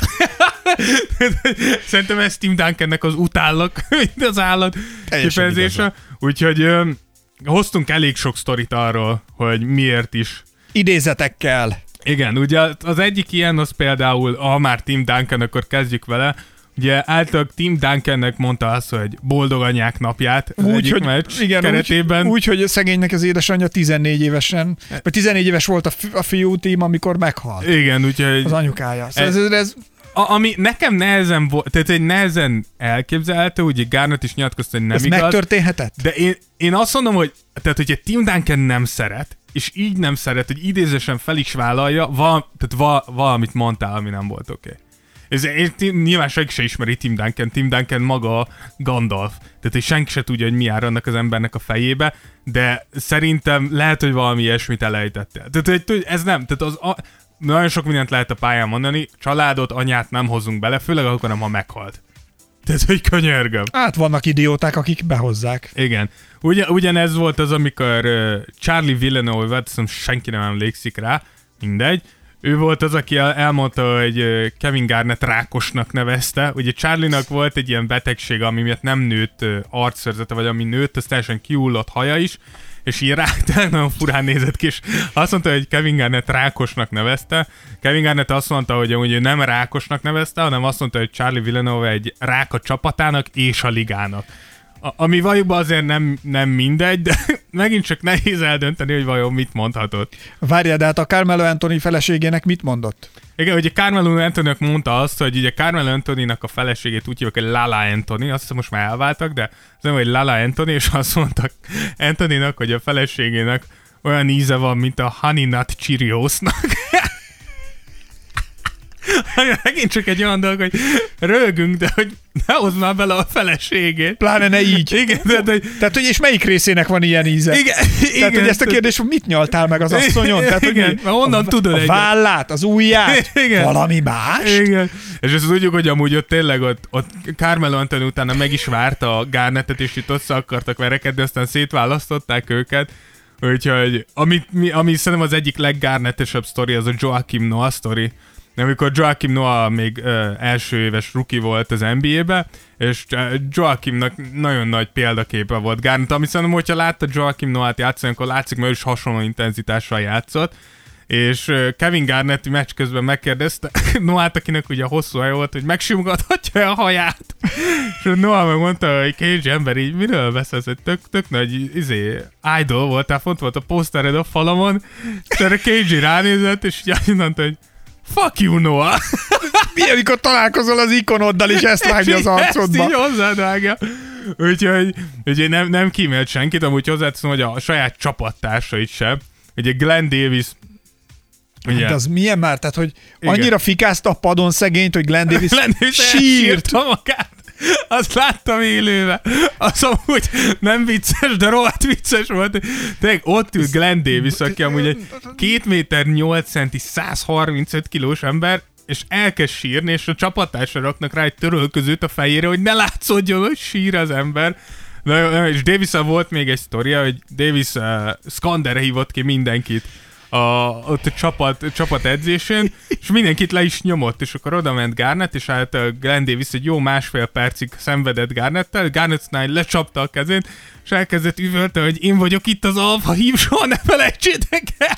Szerintem ez Tim Duncannek az utállak, mint az állat kifejezése. Úgyhogy hoztunk elég sok sztorit arról, hogy miért is. Idézetekkel. Igen, ugye az egyik ilyen az például, ha már Tim Duncan, akkor kezdjük vele. Ugye általában Tim Duncannek mondta azt, hogy boldog anyák napját az egyik meccs keretében. Úgy, hogy szegénynek az édesanyja 14 évesen, vagy 14 éves volt a fiú Tim, amikor meghalt. Igen, úgyhogy... Az anyukája. Ez ami nekem nehezen volt, tehát egy nehezen elképzelhető, ugye Garnett is nyilatkozta, hogy nem ez igaz. megtörténhetett? De én azt mondom, hogy tehát hogyha Tim Duncan nem szeret, és így nem szeret, hogy idézősen fel is vállalja, valamit mondtál, ami nem volt oké. Nyilván senki se ismeri Tim Duncan. Tim Duncan maga a Gandalf. Tehát hogy senki se tudja, hogy mi jár annak az embernek a fejébe, de szerintem lehet, hogy valami ilyesmit elejtette. Tehát hogy ez nem, tehát nagyon sok mindent lehet a pályán mondani, családot, anyát nem hozunk bele, főleg akkor nem, ha meghalt. Tehát, hogy könyörgöm. Hát vannak idióták, akik behozzák. Igen. Ugyanez volt az, amikor Charlie Villeneuve, azt senki nem emlékszik rá, mindegy. Ő volt az, aki elmondta, hogy Kevin Garnett rákosnak nevezte. Ugye Charlie-nak volt egy ilyen betegség, ami miatt nem nőtt arcszörzete, vagy ami nőtt, az teljesen kihullott haja is, és így nagyon furán nézett ki, és azt mondta, hogy Kevin Garnett rákosnak nevezte. Kevin Garnett azt mondta, hogy ő nem rákosnak nevezte, hanem azt mondta, hogy Charlie Villeneuve egy rák a csapatának és a ligának. Ami valójában azért nem mindegy, de megint csak nehéz eldönteni, hogy vajon mit mondhatott. Várjál, de hát a Carmelo Anthony feleségének mit mondott? Igen, ugye Carmelo Anthonynak mondta azt, hogy ugye Carmelo Anthonynak a feleségét úgy hívják, hogy Lala Anthony, azt hiszem most már elváltak, de az nem, hogy Lala Anthony, és azt mondtak Anthonynak, hogy a feleségének olyan íze van, mint a Honey Nut Cheeriosnak. Megint csak egy olyan dolog, hogy rögünk, de hogy ne hozd már bele a feleségét. Pláne ne így. Igen, tehát, hogy és melyik részének van ilyen íze? Igen. Tehát, hogy ezt a kérdést, hogy mit nyaltál meg az asszonyon? Tehát, igen, hogy honnan tudod a vállát, az ujját, igen. Valami más? Igen. És ezt tudjuk, hogy amúgy ott tényleg ott Carmelo Anthony utána meg is várta a Garnettet, és itt össze akartak verekedni, aztán szétválasztották őket. Úgyhogy ami szerintem az egyik leggarnettesebb sztori, az a Joakim Noah sztori. Amikor Joakim Noah még első éves rookie volt az NBA-be, és Joakimnak nagyon nagy példaképe volt Garnett, ami szerintem, hogyha látta Joakim Noah-t játszani, akkor látszik, mert ő is hasonló intenzitással játszott, és Kevin Garnett meccs közben megkérdezte Noah-t, akinek ugye hosszú haja volt, hogy megsimogathatja a haját. És Noah megmondta, hogy KG ember, így miről beszélsz, hogy tök nagy idol voltál, font volt a posztered a falamon, és erre KG ránézett, és így azt mondta, hogy fuck you, Noah! Mi, amikor találkozol az ikonoddal, és ezt vágja az arcodba. Ezt így hozzádágja. Úgyhogy nem kímélt senkit, amúgy hozzáteszem, hogy a saját csapattársait sem. Ugye Glenn Davis... Ugye, hát az milyen már? Tehát, hogy annyira fikázta a padon szegényt, hogy Glenn Davis sírt. Magát. Azt láttam élőben. Az amúgy nem vicces, de rohadt vicces volt. Tényleg ott ült Glenn Davis, aki amúgy egy 2 méter 8 centi, 135 kilós ember, és elkezd sírni, és a csapattársra raknak rá egy törölközőt a fejére, hogy ne látszódjon, hogy sír az ember. És Davis-a volt még egy sztoria, hogy Davis Skanderre hívott ki mindenkit ott a csapat edzésén, és mindenkit le is nyomott, és akkor oda ment Garnett, és hát Glenn Davis egy jó 1,5 percig szenvedett Garnettel, Garnett lecsapta a kezét, és elkezdett üvölte, hogy én vagyok itt az alfa hím, soha ne felejtsétek el!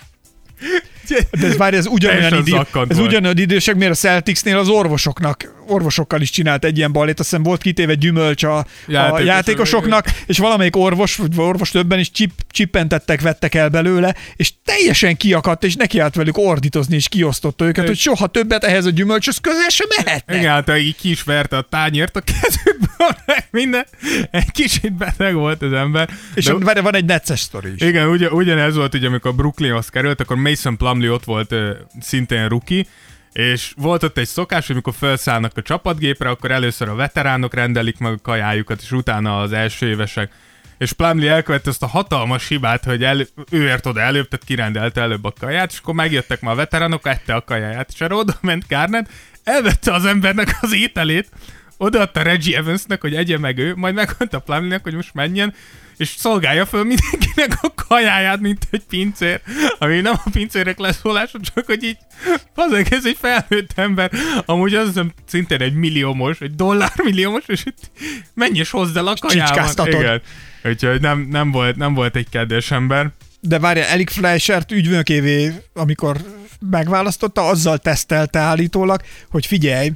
De ez ugyanolyan idősek, miért a Celticsnél az orvosokkal is csinált egy ilyen ballét, azt hiszem volt kitéve gyümölcs a játékosoknak, és valamelyik orvos többen is csippentettek, vettek el belőle, és teljesen kiakadt, és nekiállt velük ordítozni, és kiosztotta őket, hogy soha többet ehhez a gyümölcshöz közel sem mehetnek. Igen, hát így ki is verte a tányért a kezükből, meg minden. Egy kicsit beteg volt az ember. És van egy necces sztori is. Igen, ugyanez volt, hogy amikor Brooklynhoz került, akkor Mason Plumlee ott volt szintén rookie, és volt ott egy szokás, hogy amikor felszállnak a csapatgépre, akkor először a veteránok rendelik meg a kajájukat, és utána az első évesek. És Plumlee elkövette azt a hatalmas hibát, hogy ő ért oda előbb, tehát kirendelte előbb a kaját, és akkor megjöttek már a veteránok, ette a kajáját, és erre oda ment Garnett, elvette az embernek az ételét, odaadta Reggie Evansnek, hogy egye meg ő, majd megmondta Plumlee-nek, hogy most menjen, és szolgálja föl mindenkinek a kajáját, mint egy pincér, ami nem a pincérek leszólása, csak hogy így azok, ez egy felnőtt ember, amúgy az hiszem szintén egy milliómos, egy dollármilliómos, és itt menj és hozd el a kajában. Igen. Úgyhogy nem volt egy kedves ember. De várjál, Eric Fleischert ügynökévé, amikor megválasztotta, azzal tesztelte állítólag, hogy figyelj,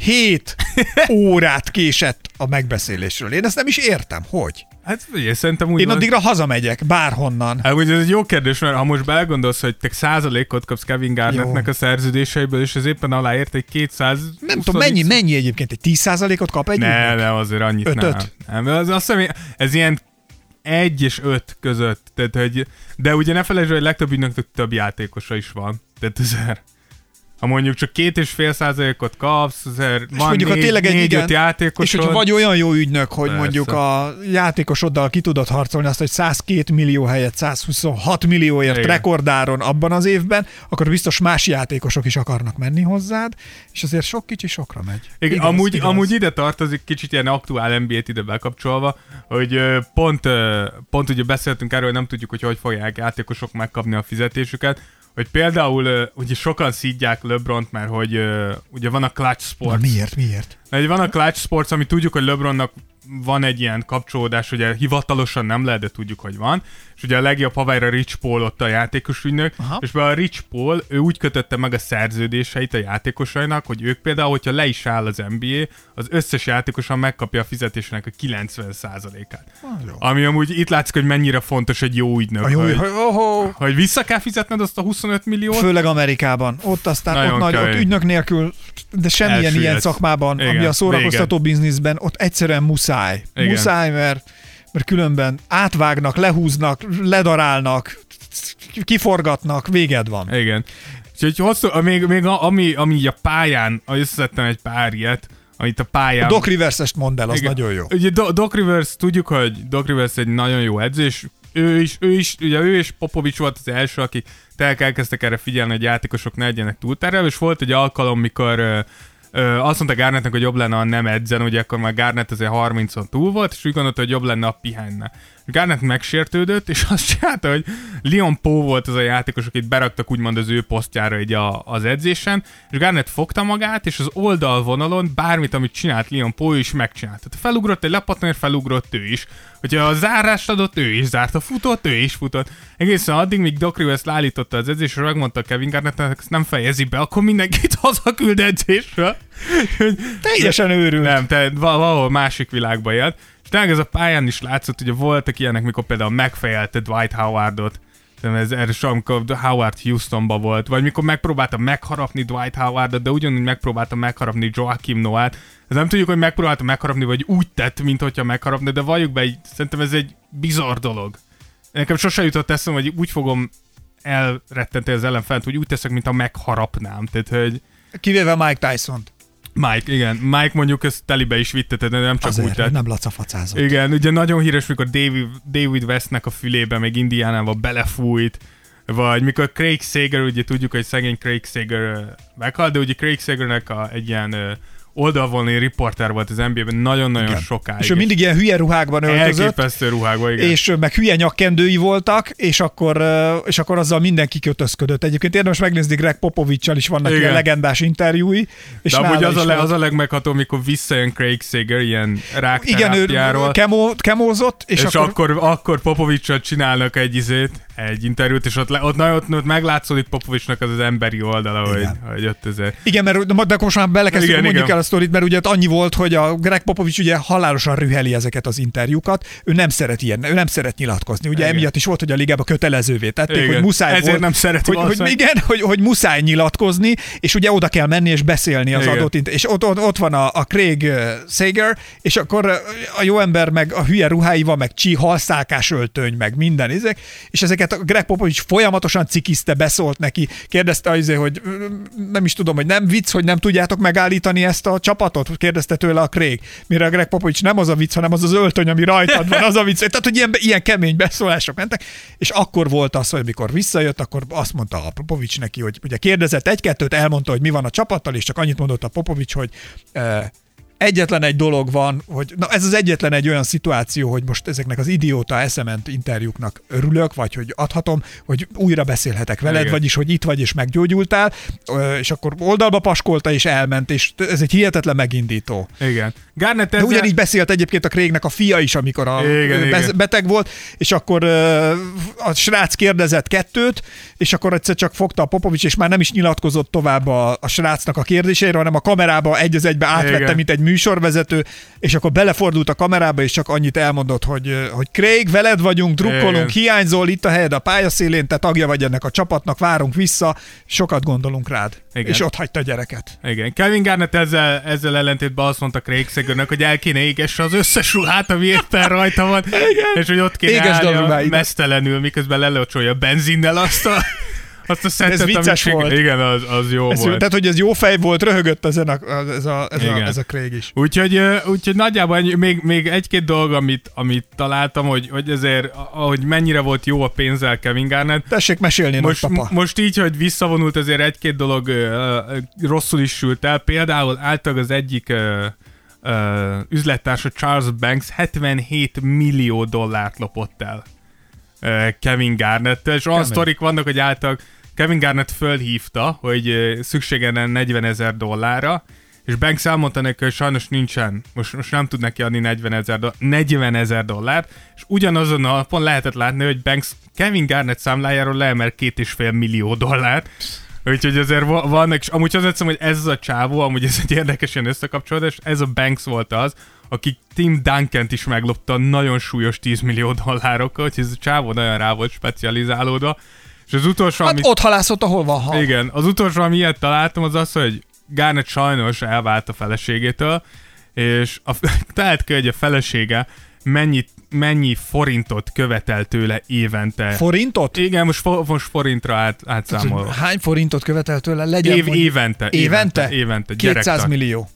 7 órát késett a megbeszélésről. Én ezt nem is értem, hogy? Hát figyelj, szerintem úgy én addigra hazamegyek, bárhonnan. Hát ugye ez egy jó kérdés, mert ha most belegondolsz, hogy te 1%-ot kapsz Kevin Garnettnek a szerződéseiből, és ez éppen aláért egy 200... Nem tudom, mennyi egyébként? Egy 10%-ot kap egy? Nem, azért annyit 5-öt? Nem. Azt hiszem, ez ilyen 1 és 5 között. Tehát, hogy, de ugye ne felejtsd, hogy legtöbb ügynöknek több játékosa is van. Tehát azért... Ha mondjuk csak 2,5%-ot kapsz, azért van 4-5 játékosod. És hogyha vagy olyan jó ügynök, hogy persze, mondjuk a játékosoddal ki tudod harcolni azt, hogy 102 millió helyett 126 millióért igen, rekordáron abban az évben, akkor biztos más játékosok is akarnak menni hozzád, és azért sok kicsi sokra megy. Igen, amúgy ide tartozik kicsit ilyen aktuál NBA-t ide bekapcsolva, hogy pont ugye beszéltünk erről, hogy nem tudjuk, hogy fogják játékosok megkapni a fizetésüket, hogy például ugye sokan szídják LeBront, mert hogy ugye van a Clutch Sports. Na miért? Van a Clutch Sports, ami tudjuk, hogy LeBronnak van egy ilyen kapcsolódás, ugye hivatalosan nem lehet, de tudjuk, hogy van. És ugye a legjobb haver a Rich Paul ott a játékos ügynök, és be a Rich Paul, ő úgy kötötte meg a szerződéseit a játékosainak, hogy ők például, hogyha le is áll az NBA, az összes játékosan megkapja a fizetésének a 90%-át. Ami amúgy itt látszik, hogy mennyire fontos egy jó ügynök, hogy vissza kell fizetned azt a 25 milliót. Főleg Amerikában. Ott aztán ott ügynök nélkül, de semmilyen ilyen szakmában, igen, ami a szórakoztató bizniszben, ott egyszerűen muszáj. Igen. Muszáj, mert különben átvágnak, lehúznak, ledarálnak, kiforgatnak, véged van. Igen. Úgyhogy még ami a pályán, összeszedtem egy pár ilyet, amit a pályán... A Doc Rivers-est mondd el, az igen, nagyon jó. Ugye Doc Rivers, tudjuk, hogy Doc Rivers egy nagyon jó edző, és ő és Popovics volt az első, akik elkezdtek erre figyelni, hogy játékosok ne legyenek túlterhelve, és volt egy alkalom, mikor azt mondta Garnettnek, hogy jobb lenne, ha nem edzen, ugye akkor már Garnett azért 30-on túl volt, és úgy gondolta, hogy jobb lenne, ha pihenne. Garnett megsértődött, és azt csinálta, hogy Leon Powe volt az a játékos, akit beraktak úgymond az ő posztjára így az edzésen, és Garnett fogta magát, és az oldalvonalon bármit, amit csinált Leon Powe, is megcsinált. Tehát felugrott egy lepattanért, felugrott ő is. Hogyha a zárást adott, ő is zárt, a futott, ő is futott. Egészen addig, míg Doc Rivers leállította az edzésre, megmondta Kevin Garnettnek, ezt nem fejezi be, akkor mindenkit hazaküld edzésről. Teljesen őrült. Nem, te valahol másik világba élt. És tényleg ez a pályán is látszott, hogy voltak ilyenek, mikor például megfejelte Dwight Howardot. Erre sem, amikor Howard Houstonba volt, vagy mikor megpróbálta megharapni Dwight Howardot, de ugyanúgy megpróbálta megharapni Joakim Noah-t. Ez nem tudjuk, hogy megpróbálta megharapni, vagy úgy tett, mint hogyha megharapni, de valljuk be, szerintem ez egy bizarr dolog. Nekem sose jutott eszembe, hogy úgy fogom elrettenteni az ellenfelt, hogy úgy teszek, mint ha megharapnám. Tehát, hogy... Kivéve Mike Tyson-t. Mike, igen. Mike mondjuk ezt telibe is vitte, tehát nem csak azért, úgy tett. nem lacafacázott. Igen, ugye nagyon híres, mikor David Westnek a fülébe még Indiánával belefújt, vagy mikor Craig Sager, ugye tudjuk, hogy szegény Craig Sager meghalt, de ugye Craig Sagernek egy ilyen oldalvonali riporter volt az NBA-ben nagyon-nagyon sokáig. És ő mindig ilyen hülye ruhákban öltözött. Elképesztő ruhákban, igen. És meg hülye nyakkendői voltak, és akkor azzal mindenki kötözködött. Egyébként érdemes megnézni, Greg Popovics-sal is vannak ilyen legendás interjúi. És de amúgy az a legmegható, amikor visszajön Craig Sager ilyen rákterápiáról. Igen, ő kemózott, és akkor Popovics-sal csinálnak egy interjút, és ott meglátszódik Popovicsnak az emberi oldala, hogy 5000. Igen, mert de akkor most már belekezdjük, mondjuk el a sztorit, mert ugye annyi volt, hogy a Greg Popovich ugye halálosan rüheli ezeket az interjúkat, ő nem szeret ilyen, ő nem szeret nyilatkozni. Ugye emiatt is volt, hogy a ligában kötelezővé tették, hogy muszáj ezért volt, nem szereti hogy muszáj nyilatkozni, és ugye oda kell menni és beszélni az adott és ott van a Craig Sager, és akkor a jó ember meg a hülye ruháival, meg halszálkás öltöny, meg minden ezek, és ezeket a Greg Popovich folyamatosan cikizte, beszólt neki, kérdezte hogy nem is tudom, hogy nem vicc, hogy nem tudjátok megállítani ezt a csapatot? Kérdezte tőle a Craig. Mire a Greg Popovich nem az a vicc, hanem az öltöny, ami rajtad van, az a vicc. Tehát, hogy ilyen kemény beszólások mentek, és akkor volt az, hogy amikor visszajött, akkor azt mondta a Popovich neki, hogy ugye kérdezett egy-kettőt, elmondta, hogy mi van a csapattal, és csak annyit mondott a Popovich, hogy egyetlen egy dolog van, hogy ez az egyetlen egy olyan szituáció, hogy most ezeknek az idióta eszement interjúknak örülök, vagy hogy adhatom, hogy újra beszélhetek veled, igen. Vagyis, hogy itt vagy és meggyógyultál, és akkor oldalba paskolta és elment, és ez egy hihetetlen megindító. Igen. Garnett de ugyanígy beszélt egyébként a Craignek a fia is, amikor beteg volt, és akkor a srác kérdezett kettőt, és akkor egyszer csak fogta a Popovich, és már nem is nyilatkozott tovább a srácnak a kérdésére, hanem a kamerába egy az egybe átvette, igen. Mint egy műsorvezető, és akkor belefordult a kamerába, és csak annyit elmondott, hogy Craig, veled vagyunk, drukkolunk, hiányzol, itt a helyed a pályaszélén, te tagja vagy ennek a csapatnak, várunk vissza, sokat gondolunk rád. Igen. És ott hagyta a gyereket. Igen. Kevin Garnett ezzel ellentétben azt mondta Craig Sagernek, hogy el kéne égesse az összes ruhát, ami éppen rajta van, és hogy ott kéne állnia mesztelenül, miközben lelocsolja a benzinnel azt a szettet, ez vicces volt. Igen, az jó volt. Tehát, hogy ez jó fej volt, röhögött ez a Craig is. Úgyhogy nagyjából még egy-két dolog, amit találtam, hogy azért, ahogy mennyire volt jó a pénzzel Kevin Garnett. Tessék mesélni, nagypapa. Most így, hogy visszavonult, azért egy-két dolog rosszul is sült el. Például általában az egyik üzlettársa Charles Banks $77 millió lopott el Kevin Garnett-tel, és olyan sztorik vannak, hogy általában Kevin Garnett fölhívta, hogy szüksége lenne $40,000, és Banks elmondta neki, hogy sajnos nincsen, most nem tud neki adni $40,000, és ugyanazon a napon lehetett látni, hogy Banks Kevin Garnett számlájáról leemel $2,5 millió. Úgyhogy azért vannak, és amúgy azt hiszem, hogy ez az a csávó, amúgy ez egy érdekes ilyen összekapcsolódás, ez a Banks volt az, aki Tim Duncant is meglopta nagyon súlyos $10 millió, úgyhogy ez a csávó nagyon rá volt specializálódva. És az utolsó, ott halászott, ahol van hal. Igen, az utolsó, ami ilyet találtam, az, hogy Garnett sajnos elvált a feleségétől, és talált ki, hogy a felesége mennyi forintot követel tőle évente. Forintot? Igen, most forintra átszámolva. Hány forintot követel tőle? Legyen évente. 200 millió.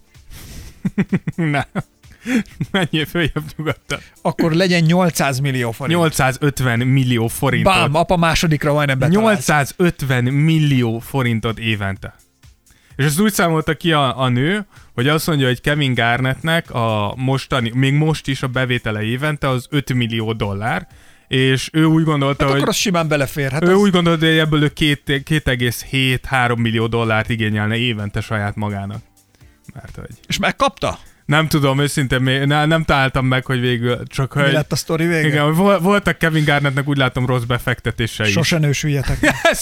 Nem. Mennyi följebb nyugodtan? Akkor legyen 800 millió forint. 850 millió forintot. Bám, apa másodikra majdnem betalált. 850 millió forintot évente. És ezt úgy számolta ki a nő, hogy azt mondja, hogy Kevin Garnettnek a mostani, még most is a bevétele évente az $5 millió, és ő úgy gondolta, hogy... akkor az simán belefér. Ő úgy gondolta, hogy ebből ő 2,7-3 millió dollárt igényelne évente saját magának. Mert hogy... És megkapta? Nem tudom, őszintén nem találtam meg, hogy végül csak... Mi lett a sztori vége? Igen, voltak Kevin Garnettnek úgy látom rossz befektetései. Sose nősüljetek.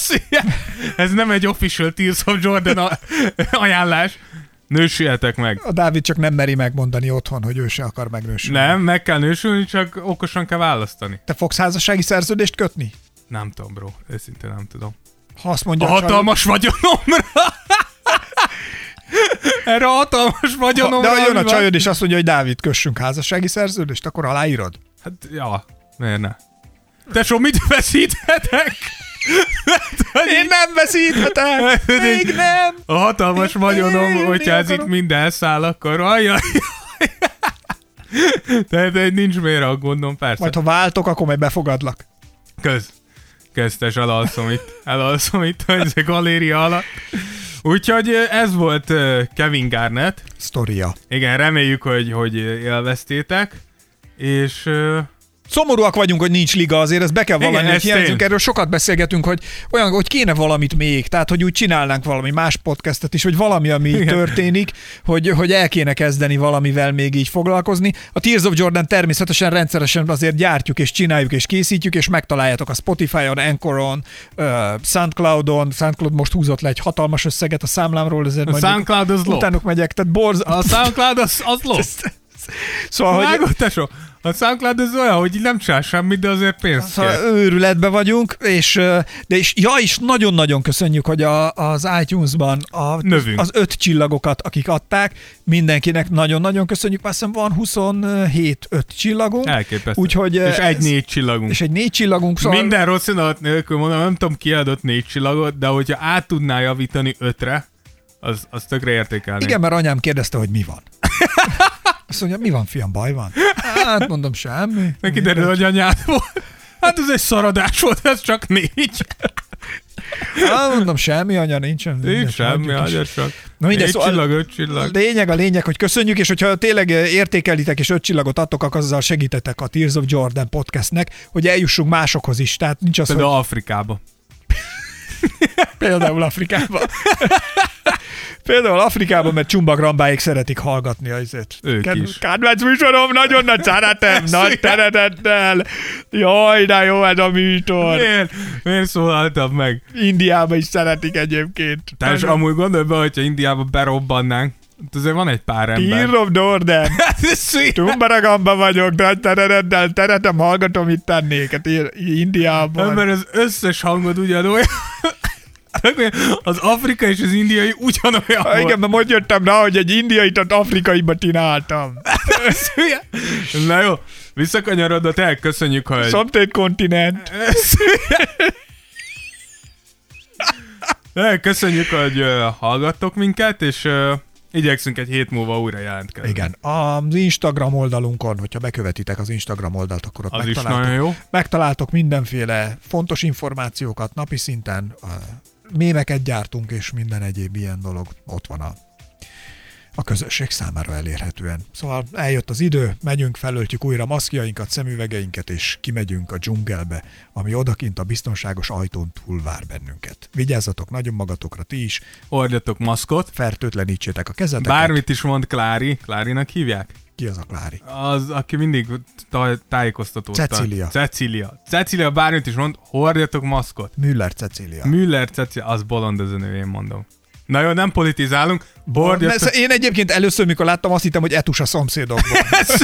Ez nem egy official Tears of Jordan ajánlás. Nősüljetek meg. A Dávid csak nem meri megmondani otthon, hogy ő se akar megnősülni. Nem, meg kell nősülni, csak okosan kell választani. Te fogsz házassági szerződést kötni? Nem tudom, bro. Őszintén nem tudom. Ha azt mondja, a hatalmas vagyonomra! Erre a hatalmas vagyonomra. De jön a csajod és azt mondja, hogy Dávid, kössünk házassági szerződést, akkor aláírod? Hát, ja, miért ne? Tesó, mit veszíthetek? Én nem veszíthetek! Még nem! A hatalmas vagyonom, hogyha ez itt mind elszáll, akkor ajjaj. Tehát nincs miért aggódnom, persze. Majd ha váltok, akkor majd befogadlak. Köztes, elalszom itt a galéria alatt. Úgyhogy ez volt Kevin Garnett. Sztoria. Igen, reméljük, hogy élveztétek. És... Szomorúak vagyunk, hogy nincs liga, azért ezt be kell vallani, hogy hiányzunk. Erről sokat beszélgetünk, hogy olyan, hogy kéne valamit még, tehát hogy úgy csinálnánk valami más podcastet is, hogy valami, ami történik, hogy el kéne kezdeni valamivel még így foglalkozni. A Tears of Jordan természetesen rendszeresen azért gyártjuk és csináljuk és készítjük, és megtaláljátok a Spotify-on, Anchoron, Soundcloud-on. Soundcloud most húzott le egy hatalmas összeget a számlámról, ezért a Soundcloud az ló. Utánuk megyek, tehát a Soundcloud az ló. Szóval, hogy... tesó, a SoundCloud az olyan, hogy nem csinál semmit, de azért pénzt kér. Őrületben vagyunk, és nagyon-nagyon köszönjük, hogy az iTunes-ban az 5 csillagokat, akik adták, mindenkinek nagyon-nagyon köszönjük. Azt hiszem van 27 5 csillagunk. Elképesztő. Úgyhogy, és egy 4 csillagunk. És egy 4 csillagunk. Szóval... Minden rossz indulat nélkül mondom, nem tudom ki adott 4 csillagot, de hogyha át tudná javítani 5-re, az tökre értékelni. Igen, mert anyám kérdezte, hogy mi van. Azt mondja, mi van, fiam, baj van? Hát mondom, semmi. Neki derül, hogy anyád volt. Hát ez egy szaradás volt, ez csak 4. Hát mondom, semmi, anya, nincsen. Nincs semmi, anya csak. Na, 4 csillag, 5 csillag. A lényeg, hogy köszönjük, és hogyha tényleg értékelitek és 5 csillagot adtok, akkor azzal segítetek a Tears of Jordan podcastnek, hogy eljussunk másokhoz is. Tehát nincs az, például Afrikába. Például Afrikába. Például Afrikában, mert csumbagrambáik szeretik hallgatni azért. Ők is. Kedvenc műsorom, nagyon nagy szeretem, nagy szeretettel. Jaj, de jó ez a műsor. Miért szólaltam meg? Indiában is szeretik egyébként. Tehát amúgy gondolj be, hogyha Indiában berobbannánk, azért van egy pár ember. Tears of Jordan. Csumbaragamba vagyok, nagy szeretettel szeretem, hallgatom, itt tennéket Indiában. Mert az összes hangod ugyanolyan. Az afrikai és az indiai ugyanolyan volt. Igen, mert most jöttem rá, hogy egy indiait az afrikaiba csináltam. Na jó, visszakanyarodott el, köszönjük, hogy... Szomszéd kontinent. Köszönjük, hogy hallgattok minket, és igyekszünk egy hét múlva újra jelentkezni. Igen, az Instagram oldalunkon, hogyha bekövetitek az Instagram oldalt, akkor ott az is nagyon jó. Megtaláltok mindenféle fontos információkat napi szinten, mémeket gyártunk, és minden egyéb ilyen dolog ott van a közösség számára elérhetően. Szóval eljött az idő, megyünk, felöltjük újra maszkjainkat, szemüvegeinket, és kimegyünk a dzsungelbe, ami odakint a biztonságos ajtón túl vár bennünket. Vigyázzatok nagyon magatokra ti is. Hordjatok maszkot. Fertőtlenítsétek a kezeteket. Bármit is mond Klári. Klárinak hívják? Ki az a Klári? Az, aki mindig tájékoztató. Cecília, bármit is mond, hordjatok maszkot. Müller Cecília, az bolond az a nő, én mondom. Na jó, nem politizálunk. Én egyébként először, mikor láttam, azt hittem, hogy Etus a szomszédokból.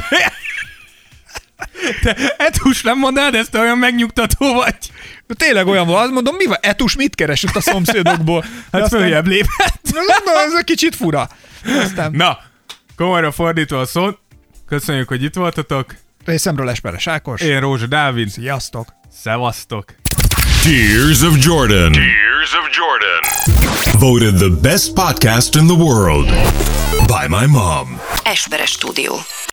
Te Etus nem mondd, ezt olyan megnyugtató vagy. De tényleg olyan volt, azt mondom, mi van? Etus mit keresett a szomszédokból? Hát följebb lépett. Ez egy kicsit fura. Aztán... Na, komolyra fordítva a szót, köszönjük, hogy itt voltatok. Részemről Esperes Ákos. Én Rózsa Dávid. Sziasztok. Szevasztok. Tears of Jordan. Tears of Jordan. Voted the best podcast in the world by my mom. Esperes Stúdió.